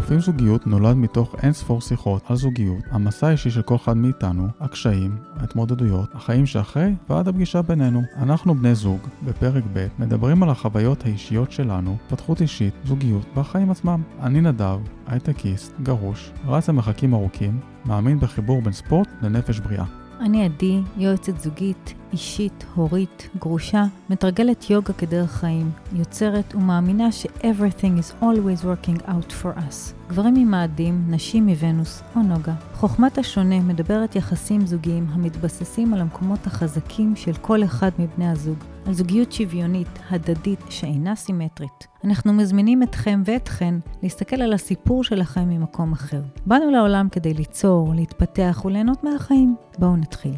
מופעים זוגיות נולד מתוך אין ספור שיחות על זוגיות, המסע האישי של כל אחד מאיתנו, הקשיים, ההתמודדויות, החיים שאחרי ועד הפגישה בינינו. אנחנו בני זוג, בפרק ב' מדברים על החוויות האישיות שלנו, התפתחות אישית, זוגיות והחיים עצמם. אני נדב, הייטקיסט, גרוש, רץ למרחקים ארוכים, מאמין בחיבור בין ספורט לנפש בריאה. אני עדי, יועצת זוגית, אישית, הורית, גרושה, מתרגלת יוגה כדרך חיים, יוצרת ומאמינה ש-everything is always working out for us. גברים ממאדים, נשים מוונוס או נוגה. חוכמת השונה מדברת יחסים זוגיים המתבססים על המקומות החזקים של כל אחד מבני הזוג, על זוגיות שוויונית, הדדית, שאינה סימטרית. אנחנו מזמינים אתכם ואתכן להסתכל על הסיפור שלכם ממקום אחר. באנו לעולם כדי ליצור, להתפתח וליהנות מהחיים. בואו נתחיל.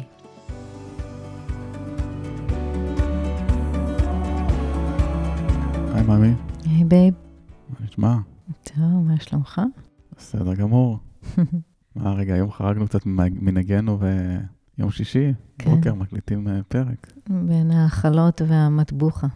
היי מאמי. היי בייב. מה נשמע? טוב, מה שלומך? בסדר גמור. מה רגע, היום חרגנו קצת מנגנו ויום שישי, כן. בוקר מקליטים פרק. בין האכלות והמטבוחה.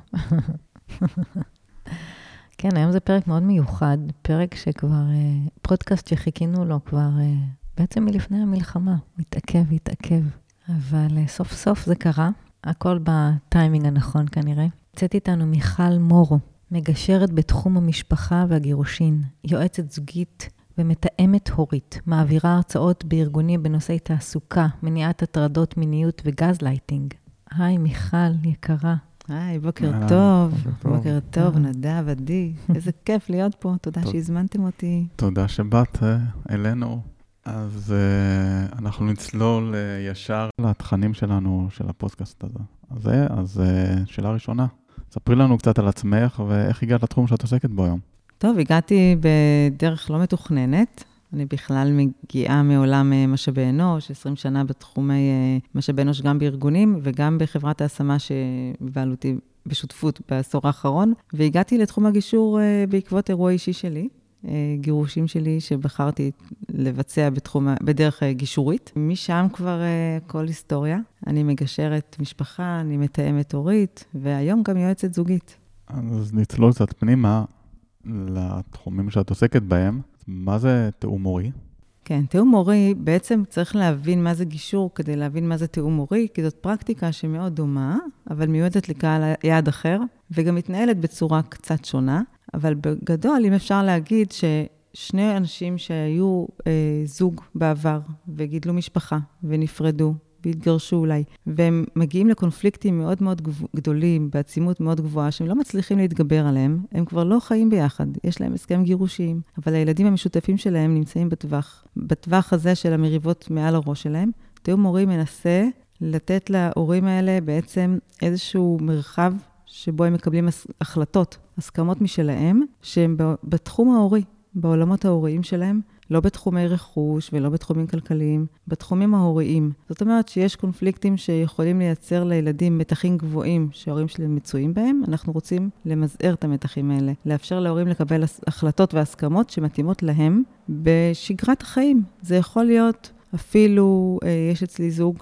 כן, היום זה פרק מאוד מיוחד, פרק שכבר, פודקאסט שחיכינו לו כבר בעצם מלפני המלחמה, מתעכב. אבל סוף סוף זה קרה, הכל בטיימינג הנכון כנראה. יצאת איתנו מיכל מורו, מגשרת בתחום המשפחה והגירושין, יועצת זוגית ומתאמת הורית, מעבירה הרצאות בארגונים בנושאי תעסוקה, מניעת הטרדות מיניות וגז לייטינג. היי מיכל, יקרה. היי, בוקר טוב. בוקר טוב, נדב, עדי. איזה כיף להיות פה, תודה שהזמנתם אותי. תודה שבאת אלינו. אז אנחנו נצלול ישר לתכנים שלנו, של הפודקאסט הזה. אז שאלה ראשונה, ספרי לנו קצת על עצמך ואיך הגעת לתחום שאת עוסקת בו היום. טוב, הגעתי בדרך לא מתוכננת. אני בכלל מגיעה מעולם משאבי אנוש, 20 שנה בתחומי משאבי אנוש גם בארגונים וגם בחברת ההשמה שבעלותי בשותפות בעשור האחרון. והגעתי לתחום הגישור בעקבות אירוע אישי שלי. גירושים שלי שבחרתי לבצע בדרך גישורית. משם כבר כל היסטוריה. אני מגשרת משפחה, אני מתאמת הורית, והיום גם יועצת זוגית. אז נצלול קצת פנימה לתחומים שאת עוסקת בהם. מה זה תאום הורי? כן, תאום הורי בעצם צריך להבין מה זה גישור כדי להבין מה זה תאום הורי, כי זאת פרקטיקה שמאוד דומה, אבל מיועדת לקהל יעד אחר, וגם מתנהלת בצורה קצת שונה. אבל בגדול, אם אפשר להגיד ששני אנשים שהיו זוג בעבר וגידלו משפחה ונפרדו והתגרשו אולי, והם מגיעים לקונפליקטים מאוד מאוד גדולים, בעצימות מאוד גבוהה, שהם לא מצליחים להתגבר עליהם, הם כבר לא חיים ביחד, יש להם הסכם גירושים, אבל הילדים המשותפים שלהם נמצאים בטווח הזה של המריבות מעל הראש שלהם. תאום הורי מנסה לתת להורים האלה בעצם איזשהו מרחב, שבו הם מקבלים החלטות, הסכמות משלהם, שהם בתחום ההורי, בעולמות ההוריים שלהם, לא בתחומי רכוש ולא בתחומים כלכליים, בתחומים ההוריים. זאת אומרת שיש קונפליקטים שיכולים לייצר לילדים מתחים גבוהים שההורים שלהם מצויים בהם. אנחנו רוצים למזער את המתחים האלה, לאפשר להורים לקבל החלטות והסכמות שמתאימות להם בשגרת החיים. זה יכול להיות אפילו, יש אצלי זוג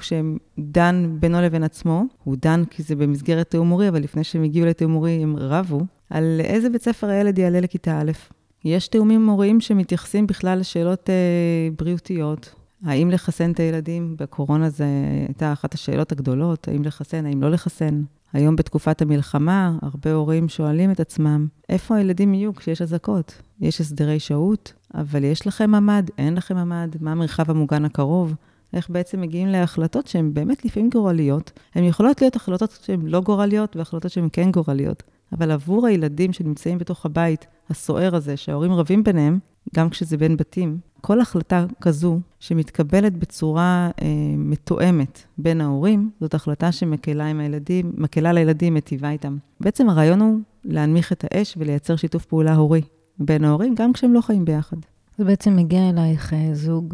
שדן בינו לבין עצמו, הוא דן כי זה במסגרת תאום הורי, אבל לפני שהם הגיעו לתאום הורי הם רבו, על איזה בית ספר הילד יעלה לכיתה א'. יש תאומים הוריים שמתייחסים בכלל לשאלות בריאותיות. האם לחסן את הילדים? בקורונה זה הייתה אחת השאלות הגדולות, האם לחסן, האם לא לחסן. היום בתקופת המלחמה, הרבה הורים שואלים את עצמם, איפה הילדים יהיו כשיש אזעקות? יש הסדרי שהות, אבל יש לכם ממ"ד, אין לכם ממ"ד, מה המרחב המוגן הקרוב? איך בעצם מגיעים להחלטות שהן באמת לפעמים גורליות. הן יכולות להיות החלטות שהן לא גורליות, והחלטות שהן כן גורליות. אבל עבור הילדים שנמצאים בתוך הבית, הסוער הזה, שההורים רבים ביניהם, גם כשזה בין בתים, כל החלטה כזו שמתקבלת בצורה מתואמת בין ההורים, זאת החלטה שמקלה עם הילדים, מקלה לילדים, מטיבה איתם. בעצם הרעיון הוא להנמיך את האש ולייצר שיתוף פעולה הורי בין ההורים, גם כשהם לא חיים ביחד. זה בעצם מגיע אלייך זוג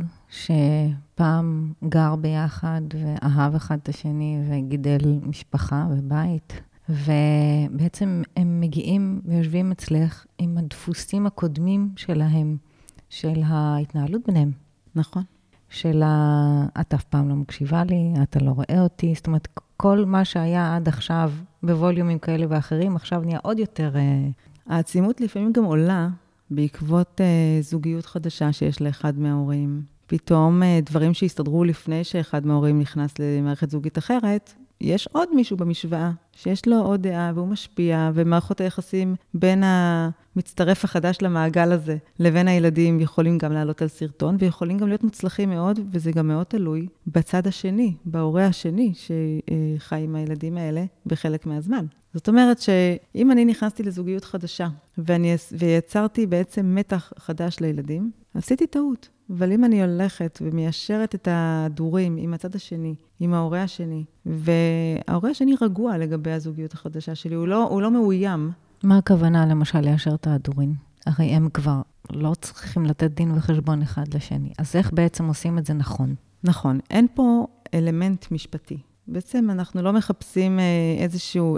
שפעם גר ביחד ואהב אחד את השני וגידל משפחה ובית, ובעצם הם מגיעים ויושבים אצלך עם הדפוסים הקודמים שלהם, של ההתנהלות ביניהם. נכון. של את אף פעם לא מקשיבה לי, אתה לא רואה אותי, זאת אומרת, כל מה שהיה עד עכשיו בווליומים כאלה ואחרים, עכשיו נהיה עוד יותר... העצימות לפעמים גם עולה בעקבות זוגיות חדשה שיש לאחד מההורים. פתאום דברים שהסתדרו לפני שאחד מההורים נכנס למערכת זוגית אחרת, יש עוד מישהו במשוואה שיש לו עוד דעה והוא משפיע, ומערכות היחסים בין המצטרף החדש למעגל הזה לבין הילדים יכולים גם לעלות על סרטון, ויכולים גם להיות מוצלחים מאוד, וזה גם מאוד תלוי בצד השני, בהורה השני שחי עם הילדים האלה בחלק מהזמן. זאת אומרת שאם אני נכנסתי לזוגיות חדשה, ויצרתי בעצם מתח חדש לילדים, עשיתי טעות. אבל אם אני הולכת ומיישרת את הדורים עם הצד השני, עם ההורה השני, וההורה השני רגוע לגבי הזוגיות החדשה שלי, הוא לא מאוים. מה הכוונה למשל ליישר את הדורים? הרי הם כבר לא צריכים לתת דין וחשבון אחד לשני. אז איך בעצם עושים את זה נכון? נכון. אין פה אלמנט משפטי. בעצם אנחנו לא מחפשים איזשהו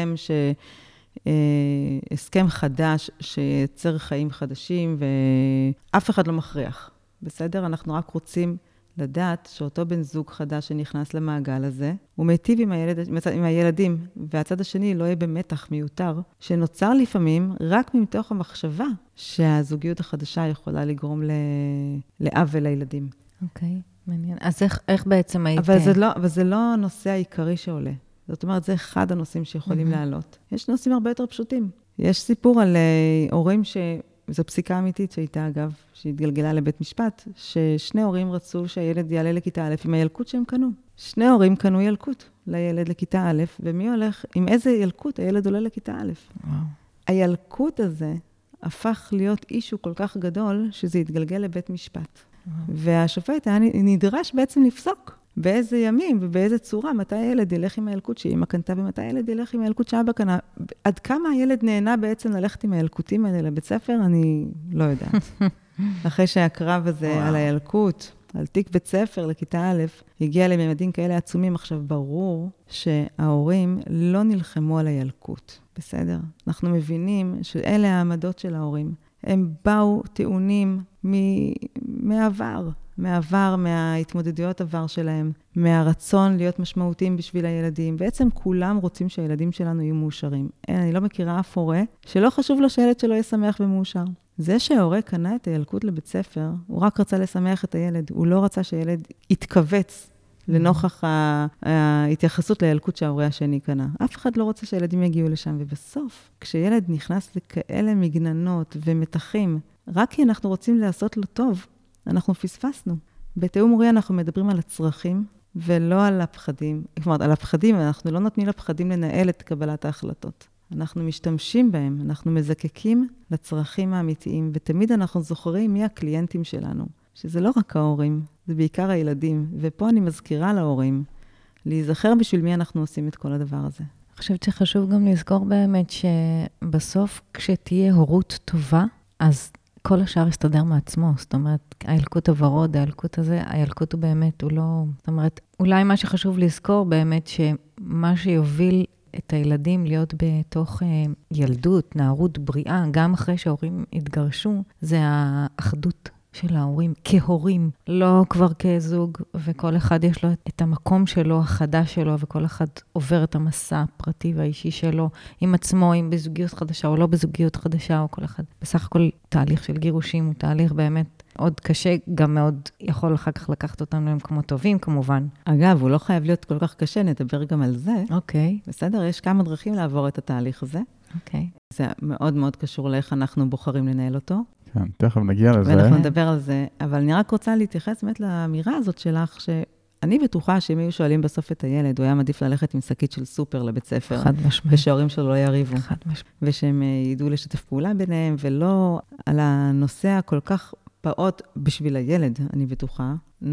הסכם חדש שיצר חיים חדשים, ואף אחד לא מכריח. בסדר? אנחנו רק רוצים לדעת שאותו בן זוג חדש שנכנס למעגל הזה, הוא מיטיב עם הילדים, והצד השני לא יהיה במתח מיותר, שנוצר לפעמים רק מתוך המחשבה שהזוגיות החדשה יכולה לגרום לעוול לילדים. אוקיי, מעניין. אז איך בעצם היית? אבל זה לא הנושא העיקרי שעולה. זאת אומרת, זה אחד הנושאים שיכולים לעלות. יש נושאים הרבה יותר פשוטים. יש סיפור על הורים זו פסיקה אמיתית שהייתה, אגב, שהתגלגלה לבית משפט, ששני הורים רצו שהילד יעלה לכיתה א' עם הילקוט שהם קנו. שני הורים קנו ילקוט לילד לכיתה א', ומי הולך, עם איזה ילקוט הילד עולה לכיתה א'. וואו. הילקוט הזה הפך להיות אישו כל כך גדול, שזה התגלגל לבית משפט. והשופט נדרש בעצם לפסוק באיזה ימים ובאיזה צורה, מתי הילד ילך עם הילקוט שאמא קנתה, ומתי הילד ילך עם הילקוט שאבא קנה. עד כמה הילד נהנה בעצם ללכת עם הילקוטים האלה לבית ספר, אני לא יודעת. אחרי שהקרב הזה על הילקוט, על תיק בית ספר לכיתה א', הגיע לממדים כאלה עצומים. עכשיו ברור שההורים לא נלחמו על הילקוט, בסדר? אנחנו מבינים שאלה העמדות של ההורים. הם באו טעונים מעבר, מההתמודדויות עבר שלהם, מהרצון להיות משמעותיים בשביל הילדים. בעצם כולם רוצים שהילדים שלנו יהיו מאושרים. אני לא מכירה אף הורה שלא חשוב לו שהילד שלו יהיה שמח ומאושר. זה שההורה קנה את הילקוט לבית ספר, הוא רק רצה לשמח את הילד. הוא לא רצה שהילד יתכווץ לנוכח ההתייחסות לילקוט שההורה השני קנה. אף אחד לא רוצה שהילדים יגיעו לשם. ובסוף, כשילד נכנס לכאלה מגננות ומתחים, רק כי אנחנו רוצים לעשות לו טוב, אנחנו פספסנו. בתיאום הורי אנחנו מדברים על הצרכים, ולא על הפחדים. זאת אומרת, על הפחדים, אנחנו לא נותנים לפחדים לנהל את קבלת ההחלטות. אנחנו משתמשים בהם, אנחנו מזקקים לצרכים האמיתיים, ותמיד אנחנו זוכרים מי הקליינטים שלנו, שזה לא רק ההורים, זה בעיקר הילדים. ופה אני מזכירה להורים, להיזכר בשביל מי אנחנו עושים את כל הדבר הזה. אני חושבת שחשוב גם לזכור באמת שבסוף כשתהיה הורות טובה, אז כל השאר יסתדר מעצמו. זאת אומרת, הילקוט הוורוד, הילקוט הזה, הילקוט הוא באמת, הוא לא... זאת אומרת, אולי מה שחשוב לזכור באמת שמה שיוביל את הילדים להיות בתוך ילדות, נערות בריאה, גם אחרי שההורים התגרשו, זה האחדות של ההורים כהורים, לא כבר כזוג, וכל אחד יש לו את המקום שלו, החדש שלו, וכל אחד עובר את המסע הפרטי והאישי שלו, עם עצמו, אם בזוגיות חדשה או לא בזוגיות חדשה, או כל אחד. בסך הכל תהליך של גירושים הוא תהליך באמת עוד קשה, גם מאוד יכול אחר כך לקחת אותנו למקומות טובים, כמובן. אגב, הוא לא חייב להיות כל כך קשה, נדבר גם על זה. אוקיי. בסדר, יש כמה דרכים לעבור את התהליך הזה. אוקיי. זה מאוד מאוד קשור לאיך אנחנו בוחרים לנהל אותו. כן, תכף נגיע לזה. ואנחנו נדבר על זה, אבל אני רק רוצה להתייחס באמת לאמירה הזאת שלך, שאני בטוחה שאם היו שואלים בסוף את הילד, הוא היה מעדיף ללכת עם שקית של סופר לבית ספר, חד משמעית. ושההורים שלו לא יריבו. חד משמעית. ושהם ידעו לשתף פעולה ביניהם, ולא על הנושא הכל כך פעוט בשביל הילד, אני בטוחה,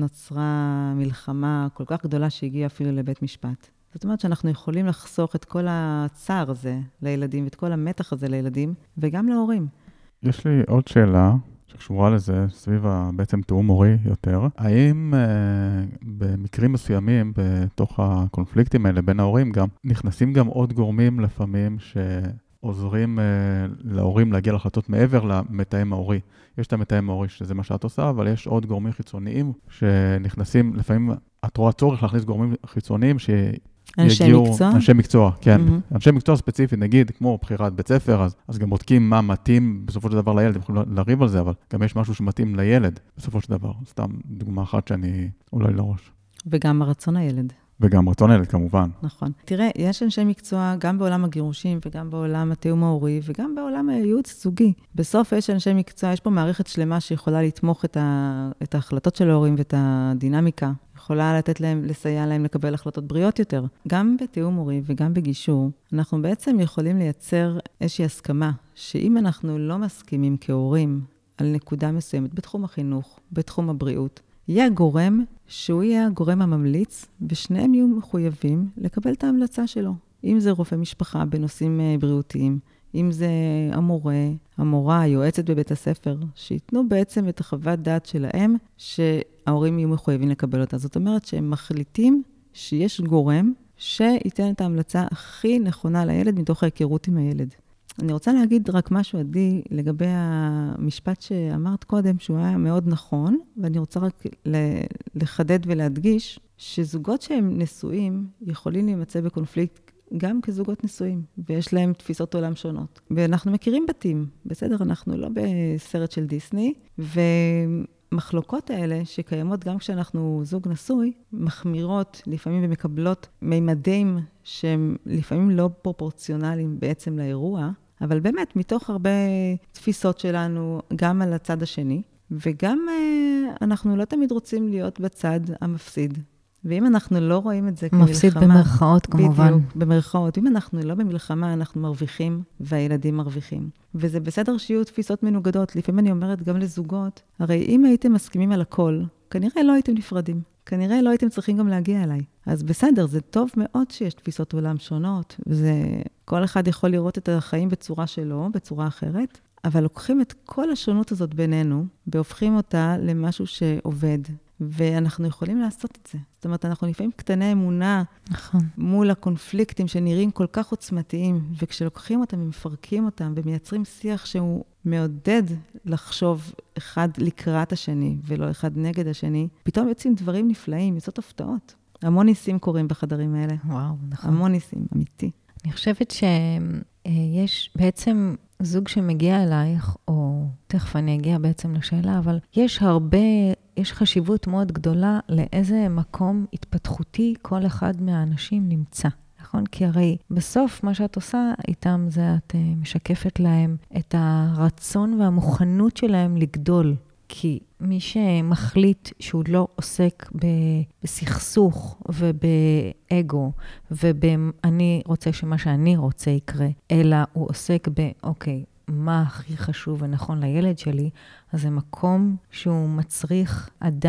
נוצרה מלחמה כל כך גדולה שהגיעה אפילו לבית משפט. זאת אומרת שאנחנו יכולים לחסוך את כל הצער הזה לילדים, ואת כל המתח הזה לילדים, וגם להורים. יש לי עוד שאלה שקשורה לזה, סביב בעצם תיאום הורי יותר. האם במקרים מסוימים, בתוך הקונפליקטים האלה בין ההורים גם, נכנסים גם עוד גורמים לפעמים שעוזרים להורים להגיע להחלטות מעבר למתאם ההורי? יש את המתאם ההורי שזה מה שאת עושה, אבל יש עוד גורמים חיצוניים שנכנסים, לפעמים את רואה צורך להכניס גורמים חיצוניים אנשי מקצוע, כן. אנשי מקצוע ספציפי, נגיד, כמו בחירת בית ספר, אז גם בודקים מה מתאים בסופו של דבר לילד, הם יכולים לריב על זה, אבל גם יש משהו שמתאים לילד בסופו של דבר. סתם דוגמה אחת שאני אולי לראש. וגם רצון הילד. וגם רצון הילד, כמובן. נכון. תראה, יש אנשי מקצוע גם בעולם הגירושים, וגם בעולם התיאום ההורי, וגם בעולם הייעוץ זוגי. בסוף יש אנשי מקצוע, יש פה מערכת שלמה שיכולה לתמוך את ההחלטות של ההורים ואת הדינמיקה. יכולה לתת להם, לסייע להם לקבל החלטות בריאות יותר. גם בתיאום הורי וגם בגישור, אנחנו בעצם יכולים לייצר איזושהי הסכמה, שאם אנחנו לא מסכימים כהורים על נקודה מסוימת בתחום החינוך, בתחום הבריאות, יהיה הגורם שהוא יהיה הגורם הממליץ, ושניהם יהיו מחויבים לקבל את ההמלצה שלו. אם זה רופא משפחה בנושאים בריאותיים, אם זה המורה, היועצת בבית הספר, שיתנו בעצם את החוות דעת שלהם, שההורים יהיו מחויבים לקבל אותה. זאת אומרת שהם מחליטים שיש גורם שייתן את ההמלצה הכי נכונה לילד מתוך ההיכרות עם הילד. אני רוצה להגיד רק משהו עדי לגבי המשפט שאמרת קודם, שהוא היה מאוד נכון, ואני רוצה רק לחדד ולהדגיש, שזוגות שהם נשואים יכולים להימצא בקונפליקט גם כזוגות נשואים, ויש להם תפיסות עולם שונות. ואנחנו מכירים בתים, בסדר? אנחנו לא בסרט של דיסני, ומחלוקות האלה שקיימות גם כשאנחנו זוג נשוי, מחמירות לפעמים ומקבלות מימדים שהם לפעמים לא פרופורציונליים בעצם לאירוע, אבל באמת מתוך הרבה תפיסות שלנו גם על הצד השני, וגם אנחנו לא תמיד רוצים להיות בצד המפסיד. ואם אנחנו לא רואים את זה כמלחמה... מפסיד במרכאות, כמובן. בדיוק, במרכאות. אם אנחנו לא במלחמה, אנחנו מרוויחים, והילדים מרוויחים. וזה בסדר שיהיו תפיסות מנוגדות. לפעמים אני אומרת גם לזוגות, הרי אם הייתם מסכימים על הכל, כנראה לא הייתם נפרדים. כנראה לא הייתם צריכים גם להגיע אליי. אז בסדר, זה טוב מאוד שיש תפיסות עולם שונות, כל אחד יכול לראות את החיים בצורה שלו, בצורה אחרת, אבל לוקחים את כל השונות הזאת בינינו, והופכים אותה למשהו שעובד, ואנחנו יכולים לעשות את זה. זאת אומרת, אנחנו לפעמים קטני אמונה, נכון. מול הקונפליקטים שנראים כל כך עוצמתיים, וכשלוקחים אותם ומפרקים אותם, ומייצרים שיח שהוא מעודד לחשוב אחד לקראת השני, ולא אחד נגד השני, פתאום יוצאים דברים נפלאים, יוצאות הפתעות. המון ניסים קורים בחדרים האלה. וואו, נכון. המון ניסים, אמיתי. אני חושבת שיש בעצם זוג שמגיע אלייך, או תכף אני אגיע בעצם לשאלה, אבל יש חשיבות מאוד גדולה לאיזה מקום התפתחותי כל אחד מהאנשים נמצא. נכון? כי הרי בסוף מה שאת עושה איתם זה את משקפת להם את הרצון והמוכנות שלהם לגדול. כי מי שמחליט שהוא לא עוסק בסכסוך ובאגו, ובאני רוצה שמה שאני רוצה יקרה, אלא הוא עוסק אוקיי, מה הכי חשוב ונכון לילד שלי, אז זה מקום שהוא מצריך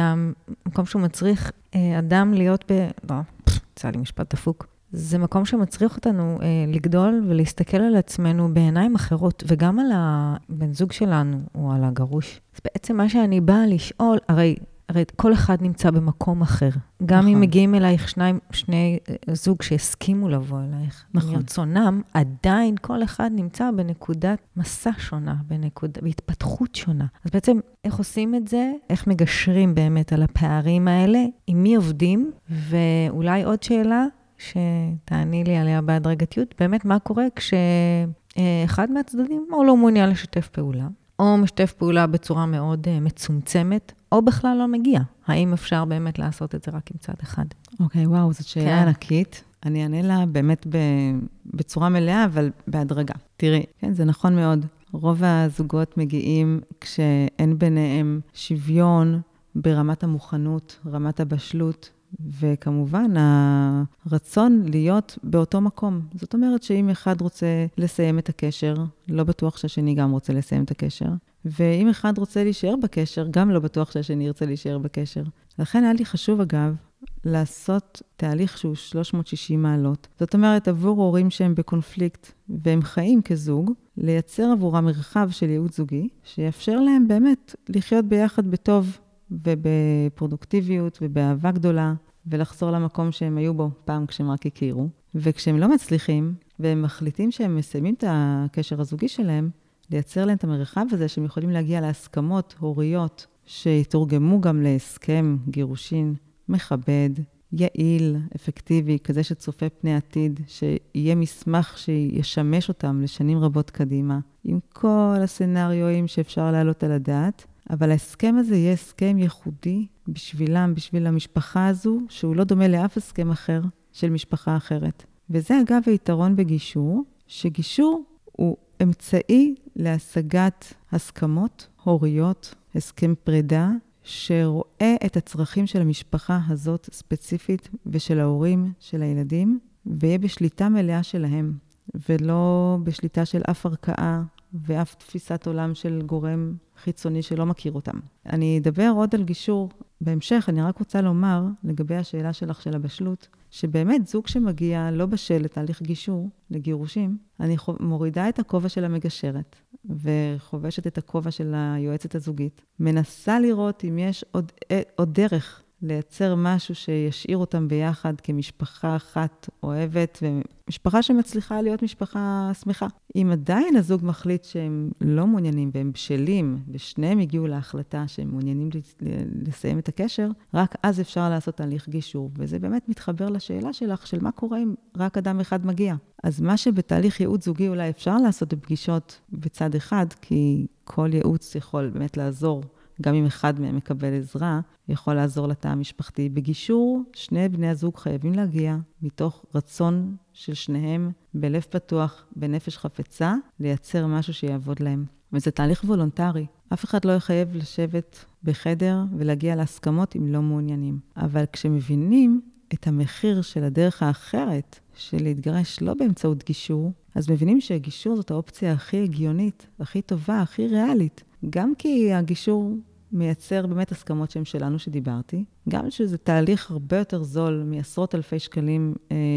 אדם להיות לא, יצא לי משפט דפוק. זה מקום שמצריך אותנו לגדול ולהסתכל על עצמנו בעיניים אחרות, וגם על הבן זוג שלנו או על הגרוש. אז בעצם מה שאני באה לשאול, הרי כל אחד נמצא במקום אחר. גם אם מגיעים אלייך שני זוג שהסכימו לבוא אלייך, מרצונם, עדיין כל אחד נמצא בנקודת מסע שונה, בהתפתחות שונה. אז בעצם איך עושים את זה? איך מגשרים באמת על הפערים האלה? עם מי עובדים? ואולי עוד שאלה, שתעני לי עליה בהדרגתיות, באמת מה קורה כשאחד מהצדדים או לא מעוניין לשתף פעולה, או משתף פעולה בצורה מאוד מצומצמת, או בכלל לא מגיע. האם אפשר באמת לעשות את זה רק עם צד אחד? אוקיי, וואו, זאת שאלה ענקית. אני אענה לה באמת בצורה מלאה, אבל בהדרגה. תראי, כן, זה נכון מאוד. רוב הזוגות מגיעים כשאין ביניהם שוויון ברמת המוכנות, רמת הבשלות, וכמובן, הרצון להיות באותו מקום. זאת אומרת שאם אחד רוצה לסיים את הקשר, לא בטוח שהשני גם רוצה לסיים את הקשר. ואם אחד רוצה להישאר בקשר, גם לא בטוח שהשני ירצה להישאר בקשר. לכן היה לי חשוב, אגב, לעשות תהליך שהוא 360 מעלות. זאת אומרת, עבור הורים שהם בקונפליקט והם חיים כזוג, לייצר עבורם מרחב של ייעוץ זוגי, שיאפשר להם באמת לחיות ביחד בטוב, ובפרודוקטיביות ובאהבה גדולה, ולחזור למקום שהם היו בו פעם כשהם רק הכירו. וכשהם לא מצליחים, והם מחליטים שהם מסיימים את הקשר הזוגי שלהם, לייצר להם את המרחב הזה שהם יכולים להגיע להסכמות הוריות, שיתורגמו גם להסכם גירושין מכבד, יעיל, אפקטיבי, כזה שצופה פני עתיד, שיהיה מסמך שישמש אותם לשנים רבות קדימה, עם כל הסצנריואים שאפשר להעלות על הדעת, אבל ההסכם הזה יהיה הסכם ייחודי בשבילם, בשביל המשפחה הזו, שהוא לא דומה לאף הסכם אחר של משפחה אחרת. וזה אגב היתרון בגישור, שגישור הוא אמצעי להשגת הסכמות הוריות, הסכם פרידה, שרואה את הצרכים של המשפחה הזאת ספציפית ושל ההורים, של הילדים, ויהיה בשליטה מלאה שלהם, ולא בשליטה של אף ערכאה ואף תפיסת עולם של גורם חיצוני שלא מכיר אותם. אני אדבר עוד על גישור בהמשך, אני רק רוצה לומר לגבי השאלה שלך של הבשלות, שבאמת זוג שמגיע לא בשל לתהליך גישור, לגירושים, אני מורידה את הכובע של המגשרת, וחובשת את הכובע של היועצת הזוגית. מנסה לראות אם יש עוד דרך לייצר משהו שישאיר אותם ביחד כמשפחה אחת אוהבת, ומשפחה שמצליחה להיות משפחה שמחה. אם עדיין הזוג מחליט שהם לא מעוניינים והם בשלים, ושניהם הגיעו להחלטה שהם מעוניינים לסיים את הקשר, רק אז אפשר לעשות תהליך גישור. וזה באמת מתחבר לשאלה שלך, של מה קורה אם רק אדם אחד מגיע. אז מה שבתהליך ייעוץ זוגי אולי אפשר לעשות בפגישות בצד אחד, כי כל ייעוץ יכול באמת לעזור, גם אם אחד מהם מקבל עזרה, יכול לעזור לתא המשפחתי. בגישור, שני בני הזוג חייבים להגיע מתוך רצון של שניהם, בלב פתוח, בנפש חפצה, לייצר משהו שיעבוד להם. וזה תהליך וולונטרי. אף אחד לא יחייב לשבת בחדר ולהגיע להסכמות אם לא מעוניינים. אבל כשמבינים את המחיר של הדרך האחרת, של להתגרש לא באמצעות גישור, אז מבינים שהגישור זאת האופציה הכי הגיונית, הכי טובה, הכי ריאלית. גם כי הגישור מייצר באמת הסכמות שהן שלנו שדיברתי, גם שזה תהליך הרבה יותר זול מעשרות אלפי שקלים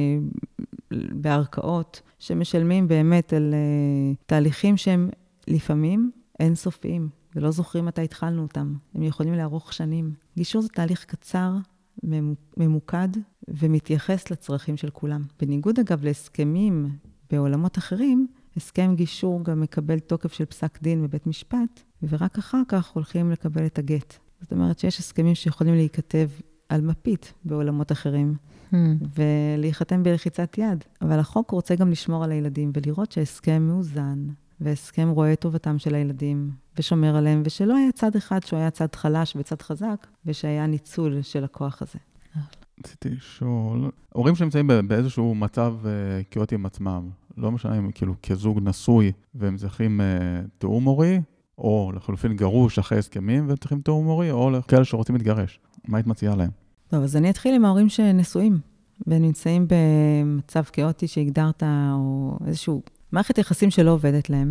בערכאות, שמשלמים באמת על תהליכים שהם לפעמים אינסופיים, ולא זוכרים מתי התחלנו אותם. הם יכולים לארוך שנים. גישור זה תהליך קצר, ממוקד, ומתייחס לצרכים של כולם. בניגוד אגב להסכמים בעולמות אחרים, הסכם גישור גם מקבל תוקף של פסק דין בבית משפט, ורק אחר כך הולכים לקבל את הגט. זאת אומרת שיש הסכמים שיכולים להיכתב על מפית בעולמות אחרים, ולהיחתם בלחיצת יד. אבל החוק רוצה גם לשמור על הילדים, ולראות שההסכם מאוזן, והסכם רואה את טובתם של הילדים, ושומר עליהם, ושלא היה צד אחד שהוא היה צד חלש וצד חזק, ושהיה ניצול של הכוח הזה. רציתי לשאול, הורים שנמצאים באיזשהו מצב כאוטי עם עצמם, לא משנה אם כאילו כזוג נשוי והם צריכים תיאום הורי, או לחלופין גרוש אחרי הסכמים והם צריכים תיאום הורי, או כאלה שרוצים להתגרש. מה היית מציעה להם? טוב, אז אני אתחיל עם ההורים שנשואים, ונמצאים במצב כאוטי שהגדרת, או איזשהו מערכת יחסים שלא עובדת להם.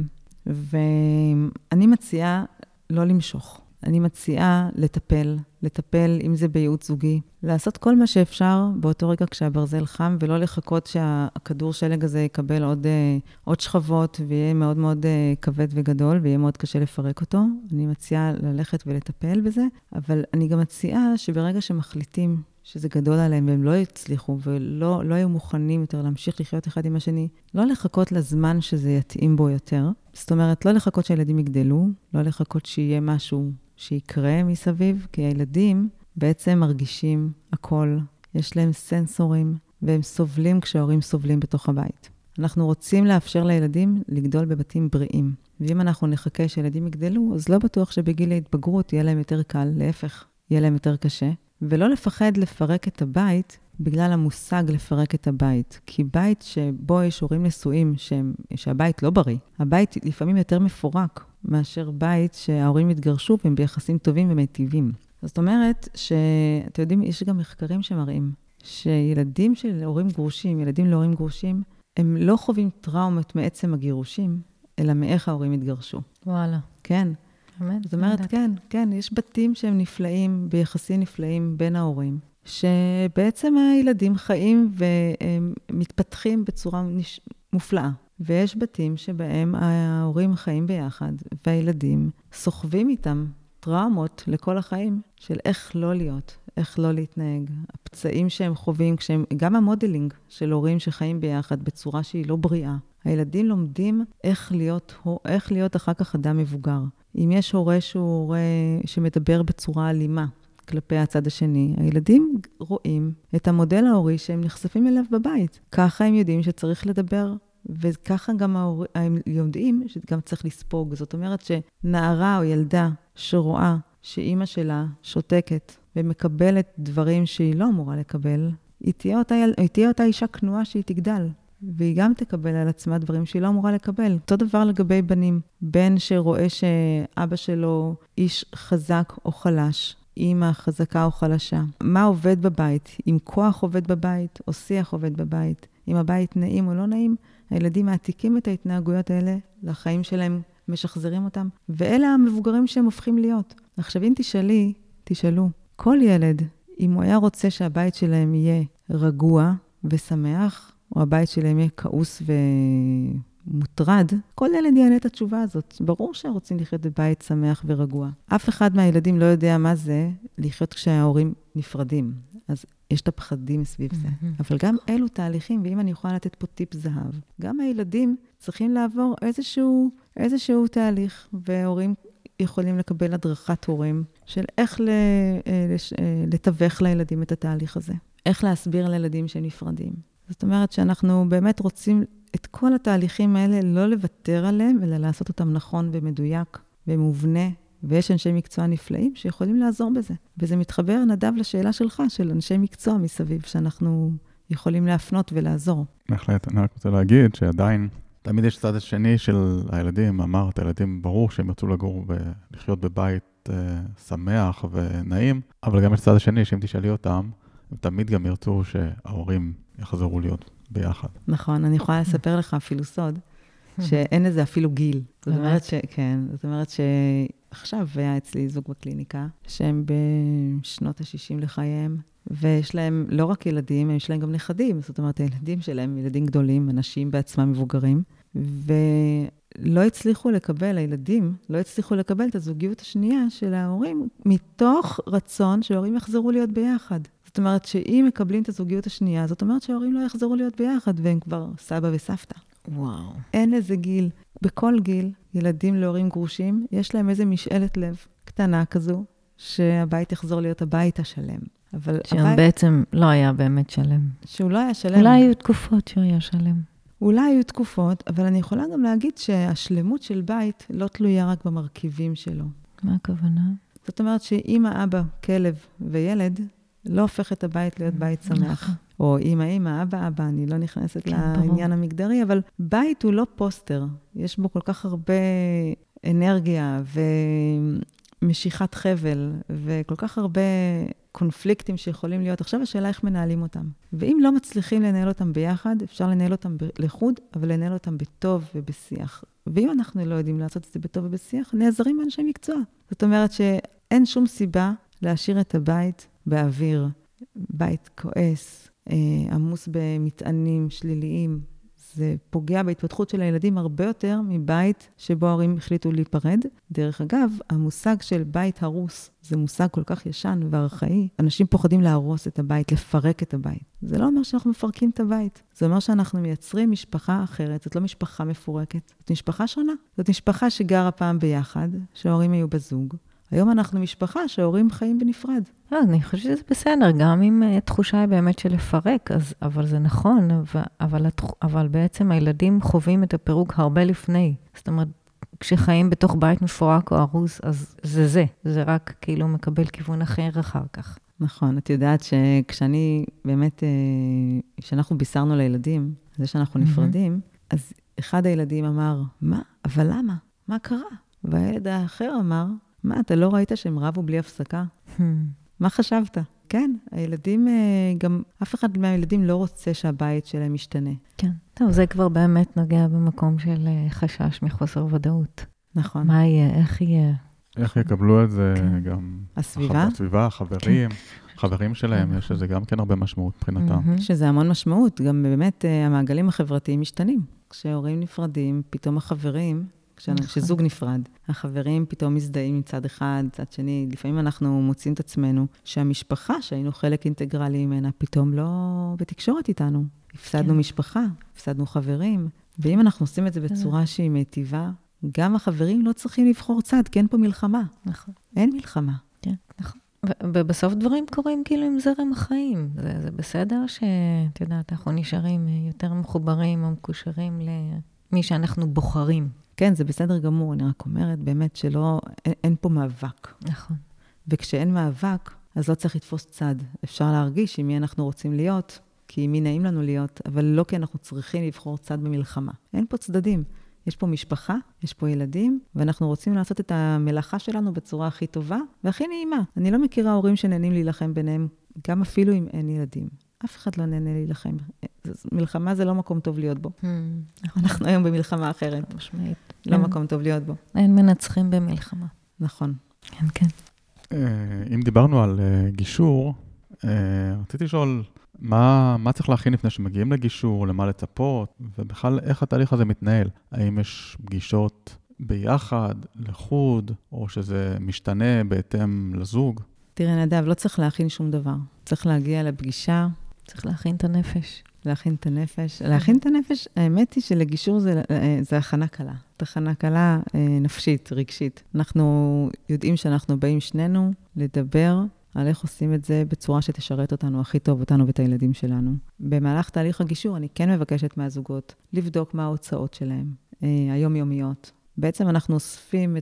ואני מציעה לא למשוך. אני מציעה לטפל אם זה בייעוץ זוגי, לעשות כל מה שאפשר באותו רגע כשהברזל חם, ולא לחכות שהכדור שלג הזה יקבל עוד שכבות, ויהיה מאוד מאוד כבד וגדול, ויהיה מאוד קשה לפרק אותו. אני מציעה ללכת ולטפל בזה, אבל אני גם מציעה שברגע שמחליטים שזה גדול עליהם, והם לא יצליחו, ולא היו מוכנים יותר להמשיך לחיות אחד עם השני, לא לחכות לזמן שזה יתאים בו יותר. זאת אומרת, לא לחכות שהילדים יגדלו, לא לחכות שיהיה משהו שיקרה מסביב, כי הילדים בעצם מרגישים הכל. יש להם סנסורים, והם סובלים כשההורים סובלים בתוך הבית. אנחנו רוצים לאפשר לילדים לגדול בבתים בריאים. ואם אנחנו נחכה שילדים יגדלו, אז לא בטוח שבגיל ההתבגרות יהיה להם יותר קל, להפך, יהיה להם יותר קשה. ולא לפחד לפרק את הבית בגלל המושג לפרק את הבית. כי בית שבו יש הורים נשואים שהבית לא בריא, הבית לפעמים יותר מפורק מאשר בית שההורים התגרשו והם ביחסים טובים ומיטיבים. זאת אומרת שאתם יודעים, יש גם מחקרים שמראים שילדים של הורים גרושים, ילדים להורים גרושים, הם לא חווים טראומות מעצם הגירושים, אלא מאיך ההורים התגרשו. וואלה. כן. זאת אומרת, כן, יש בתים שהם נפלאים, ביחסים נפלאים בין ההורים, שבעצם הילדים חיים ומתפתחים בצורה מופלאה. ויש בתים שבהם ההורים חיים ביחד, והילדים סוחבים איתם טראומות לכל החיים, של איך לא להיות, איך לא להתנהג. הפצעים שהם חווים, גם המודלינג של הורים שחיים ביחד בצורה שהיא לא בריאה. הילדים לומדים איך להיות אחר כך אדם מבוגר. אם יש הורה שהוא הורה שמדבר בצורה אלימה כלפי הצד השני, הילדים רואים את המודל ההורי שהם נחשפים אליו בבית. ככה הם יודעים שצריך לדבר, וככה גם הם יודעים שגם צריך לספוג. זאת אומרת שנערה או ילדה שרואה שאימא שלה שותקת ומקבלת דברים שהיא לא אמורה לקבל, היא תהיה אותה אישה כנועה שהיא תגדל. והיא גם תקבל על עצמה דברים שהיא לא אמורה לקבל. אותו דבר לגבי בנים. בן שרואה שאבא שלו איש חזק או חלש, אמא חזקה או חלשה. מה עובד בבית? אם כוח עובד בבית או שיח עובד בבית, אם הבית נעים או לא נעים, הילדים מעתיקים את ההתנהגויות האלה לחיים שלהם, משחזרים אותם, ואלה המבוגרים שהם הופכים להיות. עכשיו, אם תשאלו, כל ילד, אם הוא היה רוצה שהבית שלהם יהיה רגוע ושמח, או הבית שלהם יהיה כעוס ומוטרד, כל ילד יענה את התשובה הזאת. ברור שרוצים לחיות בבית שמח ורגוע. אף אחד מהילדים לא יודע מה זה לחיות כשההורים נפרדים. אז יש את הפחדים סביב זה. אבל גם אלו תהליכים, ואם אני יכולה לתת פה טיפ זהב, גם הילדים צריכים לעבור איזשהו תהליך, והורים יכולים לקבל הדרכת הורים של איך לתווך לילדים את התהליך הזה. איך להסביר לילדים שהם נפרדים. זאת אומרת שאנחנו באמת רוצים את כל התהליכים האלה לא לוותר עליהם, אלא לעשות אותם נכון ומדויק ומובנה, ויש אנשי מקצוע נפלאים שיכולים לעזור בזה. וזה מתחבר, נדב, לשאלה שלך, של אנשי מקצוע מסביב, שאנחנו יכולים להפנות ולעזור. בהחלט, אני רק רוצה להגיד שעדיין, תמיד יש צד השני של הילדים, אמרת, הילדים ברור שהם ירצו לגור ולחיות בבית שמח ונעים, אבל גם יש צד השני, שאם תשאלי אותם, הם תמיד גם ירצו שההורים יחזרו להיות ביחד. נכון, אני יכולה לספר לך אפילו סוד, שאין לזה אפילו גיל. זאת אומרת שעכשיו היה אצלי זוג בקליניקה, שהם בשנות ה-60 לחייהם, ויש להם לא רק ילדים, יש להם גם נכדים. זאת אומרת, הילדים שלהם, ילדים גדולים, אנשים בעצמם מבוגרים, ולא הצליחו לקבל, הילדים לא הצליחו לקבל את הזוגיות השנייה של ההורים, מתוך רצון שההורים יחזרו להיות ביחד. זאת אומרת שאם מקבלים את הזוגיות השנייה, זאת אומרת שההורים לא יחזרו להיות ביחד, והם כבר סבא וסבתא. וואו. אין איזה גיל. בכל גיל, ילדים להורים גרושים, יש להם איזה משאלת לב קטנה כזו, שהבית יחזור להיות הבית השלם. שהוא בעצם לא היה באמת שלם. שהוא לא היה שלם. אולי היו תקופות שהוא היה שלם. אולי היו תקופות, אבל אני יכולה גם להגיד שהשלמות של בית לא תלויה רק במרכיבים שלו. מה הכוונה? זאת אומרת שאמא, אבא, כלב וילד, לא הופך את הבית להיות בית שמח. או אמא, אבא, אני לא נכנסת לעניין המגדרי, אבל בית הוא לא פוסטר. יש בו כל כך הרבה אנרגיה ומשיכת חבל, וכל כך הרבה קונפליקטים שיכולים להיות. עכשיו השאלה איך מנהלים אותם. ואם לא מצליחים לנהל אותם ביחד, אפשר לנהל אותם לחוד, אבל לנהל אותם בטוב ובשיח. ואם אנחנו לא יודעים לעשות את זה בטוב ובשיח, נעזרים באנשי מקצוע. זאת אומרת שאין שום סיבה להשאיר את הבית באוויר, בית כועס, עמוס במטענים שליליים. זה פוגע בהתפתחות של הילדים הרבה יותר מבית שבו ההורים החליטו להיפרד. דרך אגב, המושג של בית הרוס, זה מושג כל כך ישן וארכאי. אנשים פוחדים להרוס את הבית, לפרק את הבית. זה לא אומר שאנחנו מפרקים את הבית. זה אומר שאנחנו מייצרים משפחה אחרת. זאת לא משפחה מפורקת. זאת משפחה שונה. זאת משפחה שגרה פעם ביחד, שההורים היו בזוג. היום אנחנו משפחה שההורים חיים בנפרד. אני חושבת שזה בסדר, גם אם התחושה היא באמת של לפרק, אבל זה נכון, אבל בעצם הילדים חווים את הפירוק הרבה לפני. זאת אומרת, כשחיים בתוך בית מפורק או הרוס, אז זה רק כאילו מקבל כיוון אחר כך. נכון, את יודעת שכשאני באמת, כשאנחנו בישרנו לילדים, זה שאנחנו נפרדים, אז אחד הילדים אמר, מה? אבל למה? מה קרה? והילד האחר אמר, מה, אתה לא ראית שהם רבו בלי הפסקה? מה חשבת? כן, הילדים, גם אף אחד מהילדים לא רוצה שהבית שלהם ישתנה. כן, טוב, זה כבר באמת נוגע במקום של חשש מחוסר ודאות. נכון. מה יהיה, איך יהיה? איך יקבלו את זה גם... הסביבה? הסביבה, החברים, חברים שלהם, יש לזה גם כן הרבה משמעות מבחינתם. שזה המון משמעות, גם באמת המעגלים החברתיים משתנים. כשהורים נפרדים, פתאום החברים... כשזוג נפרד, החברים פתאום מזדהים מצד אחד, צד שני, לפעמים אנחנו מוצאים את עצמנו, שהמשפחה שהיינו חלק אינטגרלי ממנה, פתאום לא בתקשורת איתנו. הפסדנו משפחה, הפסדנו חברים, ואם אנחנו עושים את זה בצורה שהיא מיטיבה, גם החברים לא צריכים לבחור צד, כי אין פה מלחמה. נכון. אין מלחמה. כן, נכון. ובסוף דברים קורים כאילו עם זרם החיים. זה בסדר שאת יודעת, אנחנו נשארים יותר מחוברים או מקושרים למי שאנחנו בוחרים. כן, זה בסדר גמור. אני רק אומרת באמת שלא, אין פה מאבק. נכון. וכשאין מאבק, אז לא צריך לתפוס צד. אפשר להרגיש עם מי אנחנו רוצים להיות, כי עם מי נעים לנו להיות, אבל לא כי אנחנו צריכים לבחור צד במלחמה. אין פה צדדים. יש פה משפחה, יש פה ילדים, ואנחנו רוצים לעשות את המלאכה שלנו בצורה הכי טובה והכי נעימה. אני לא מכירה הורים שנהנים להילחם ביניהם, גם אפילו אם אין ילדים. אף אחד לא נהנה להילחם. מלחמה זה לא מקום טוב להיות בו. אנחנו היום במלחמה אחרת. משמעית. לא מקום טוב להיות בו. אין מנצחים במלחמה. נכון. כן, כן. אם דיברנו על גישור, רציתי לשאול, מה צריך להכין לפני שמגיעים לגישור, למה לצפות, ובכלל איך התהליך הזה מתנהל? האם יש פגישות ביחד, לחוד, או שזה משתנה בהתאם לזוג? תראה, נדב, לא צריך להכין שום דבר. צריך להגיע לפגישה. צריך להכין את הנפש. להכין את הנפש. להכין את הנפש, האמת היא שלגישור זה הכנה קלה. הכנה קלה נפשית, רגשית. אנחנו יודעים שאנחנו באים שנינו לדבר על איך עושים את זה בצורה שתשרת אותנו הכי טוב, אותנו ואת הילדים שלנו. במהלך תהליך הגישור אני כן מבקשת מהזוגות לבדוק מה ההוצאות שלהם, היומיומיות. בעצם אנחנו אוספים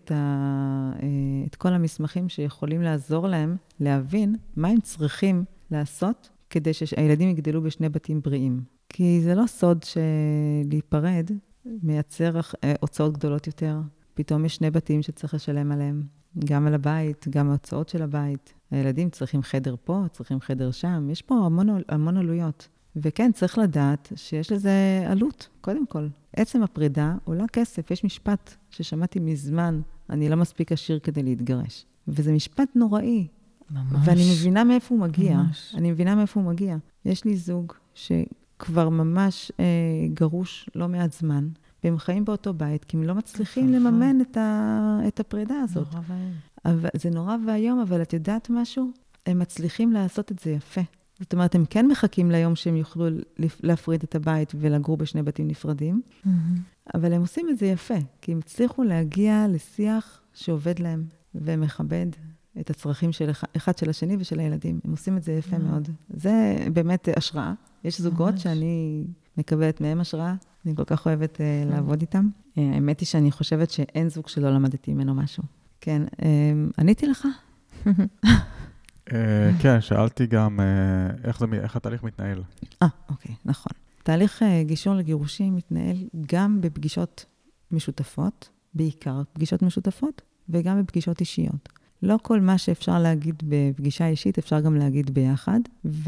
את כל המסמכים שיכולים לעזור להם להבין מה הם צריכים לעשות כדי שהילדים יגדלו בשני בתים בריאים. כי זה לא סוד שלהיפרד מייצר הוצאות גדולות יותר. פתאום יש שני בתים שצריך לשלם עליהם. גם על הבית, גם ההוצאות של הבית. הילדים צריכים חדר פה, צריכים חדר שם. יש פה המון עלויות. וכן, צריך לדעת שיש לזה עלות, קודם כל. עצם הפרידה עולה כסף. יש משפט ששמעתי מזמן, אני לא מספיק עשיר כדי להתגרש. וזה משפט נוראי. ממש. ואני מבינה מאיפה הוא מגיע. ממש. אני מבינה מאיפה הוא מגיע. יש לי זוג שכבר ממש גרוש לא מעט זמן, והם חיים באותו בית, כי הם לא מצליחים לממן את הפרידה הזאת. נורא והיום. אבל, זה נורא והיום, אבל את יודעת משהו? הם מצליחים לעשות את זה יפה. זאת אומרת, הם כן מחכים ליום שהם יוכלו להפריד את הבית ולגור בשני בתים נפרדים, אבל הם עושים את זה יפה, כי הם הצליחו להגיע לשיח שעובד להם ומכבד את הצרכים של אחד של השני ושל הילדים. הם עושים את זה יפה מאוד. זה באמת השראה. יש זוגות שאני מקבלת מהם השראה, אני כל כך אוהבת לעבוד איתם. האמת היא שאני חושבת שאין זוג שלא למדתי ממנו משהו. כן, עניתי לך? כן, שאלתי גם איך התהליך מתנהל. אוקיי, נכון. תהליך גישור לגירושים מתנהל גם בפגישות משותפות, בעיקר פגישות משותפות, וגם בפגישות אישיות. לא כל מה שאפשר להגיד בפגישה אישית, אפשר גם להגיד ביחד,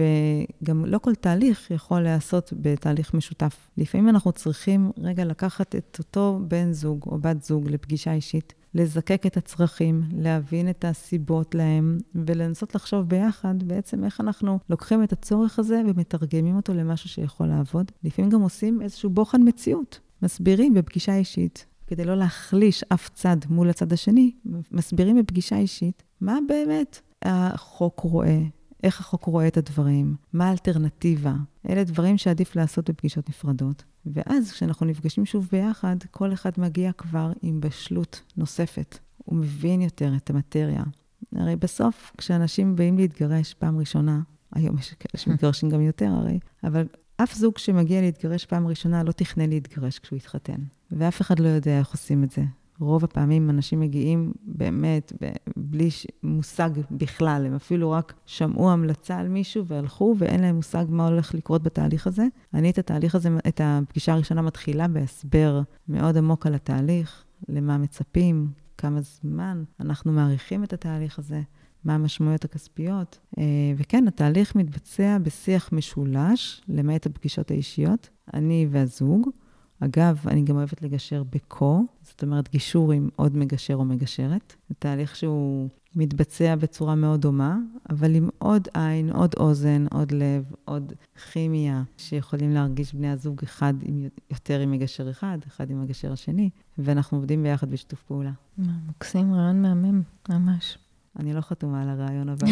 וגם לא כל תהליך יכול לעשות בתהליך משותף. לפעמים אנחנו צריכים רגע לקחת את אותו בן זוג או בת זוג לפגישה אישית, לזקק את הצרכים, להבין את הסיבות להם, ולנסות לחשוב ביחד בעצם איך אנחנו לוקחים את הצורך הזה ומתרגמים אותו למשהו שיכול לעבוד. לפעמים גם עושים איזשהו בוחן מציאות, מסבירים בפגישה אישית, כדי לא להחליש אף צד מול הצד השני, מסבירים בפגישה אישית מה באמת החוק רואה, איך החוק רואה את הדברים, מה האלטרנטיבה. אלה דברים שעדיף לעשות בפגישות נפרדות. ואז כשאנחנו נפגשים שוב ביחד, כל אחד מגיע כבר עם בשלות נוספת. הוא מבין יותר את המטריה. הרי בסוף, כשאנשים באים להתגרש פעם ראשונה, היום יש כאלה שמתגרשים גם יותר הרי, אבל אף זוג שמגיע להתגרש פעם ראשונה לא תכנן להתגרש כשהוא יתחתן. ואף אחד לא יודע איך עושים את זה. רוב הפעמים אנשים מגיעים באמת בלי מושג בכלל. הם אפילו רק שמעו המלצה על מישהו והלכו, ואין להם מושג מה הולך לקרות בתהליך הזה. אני את התהליך הזה, את הפגישה הראשונה מתחילה בהסבר מאוד עמוק על התהליך, למה מצפים, כמה זמן אנחנו מעריכים את התהליך הזה, מה המשמעויות הכספיות. וכן, התהליך מתבצע בשיח משולש, למעט הפגישות האישיות, אני והזוג. אגב, אני גם אוהבת לגשר בקו, זאת אומרת גישור עם עוד מגשר או מגשרת. זה תהליך שהוא מתבצע בצורה מאוד דומה, אבל עם עוד עין, עוד אוזן, עוד לב, עוד כימיה, שיכולים להרגיש בני הזוג אחד יותר עם מגשר אחד, אחד עם מגשר השני, ואנחנו עובדים ביחד בשיתוף פעולה. מקסים, רעיון מהמם, ממש. אני לא חתומה על הרעיון, אבל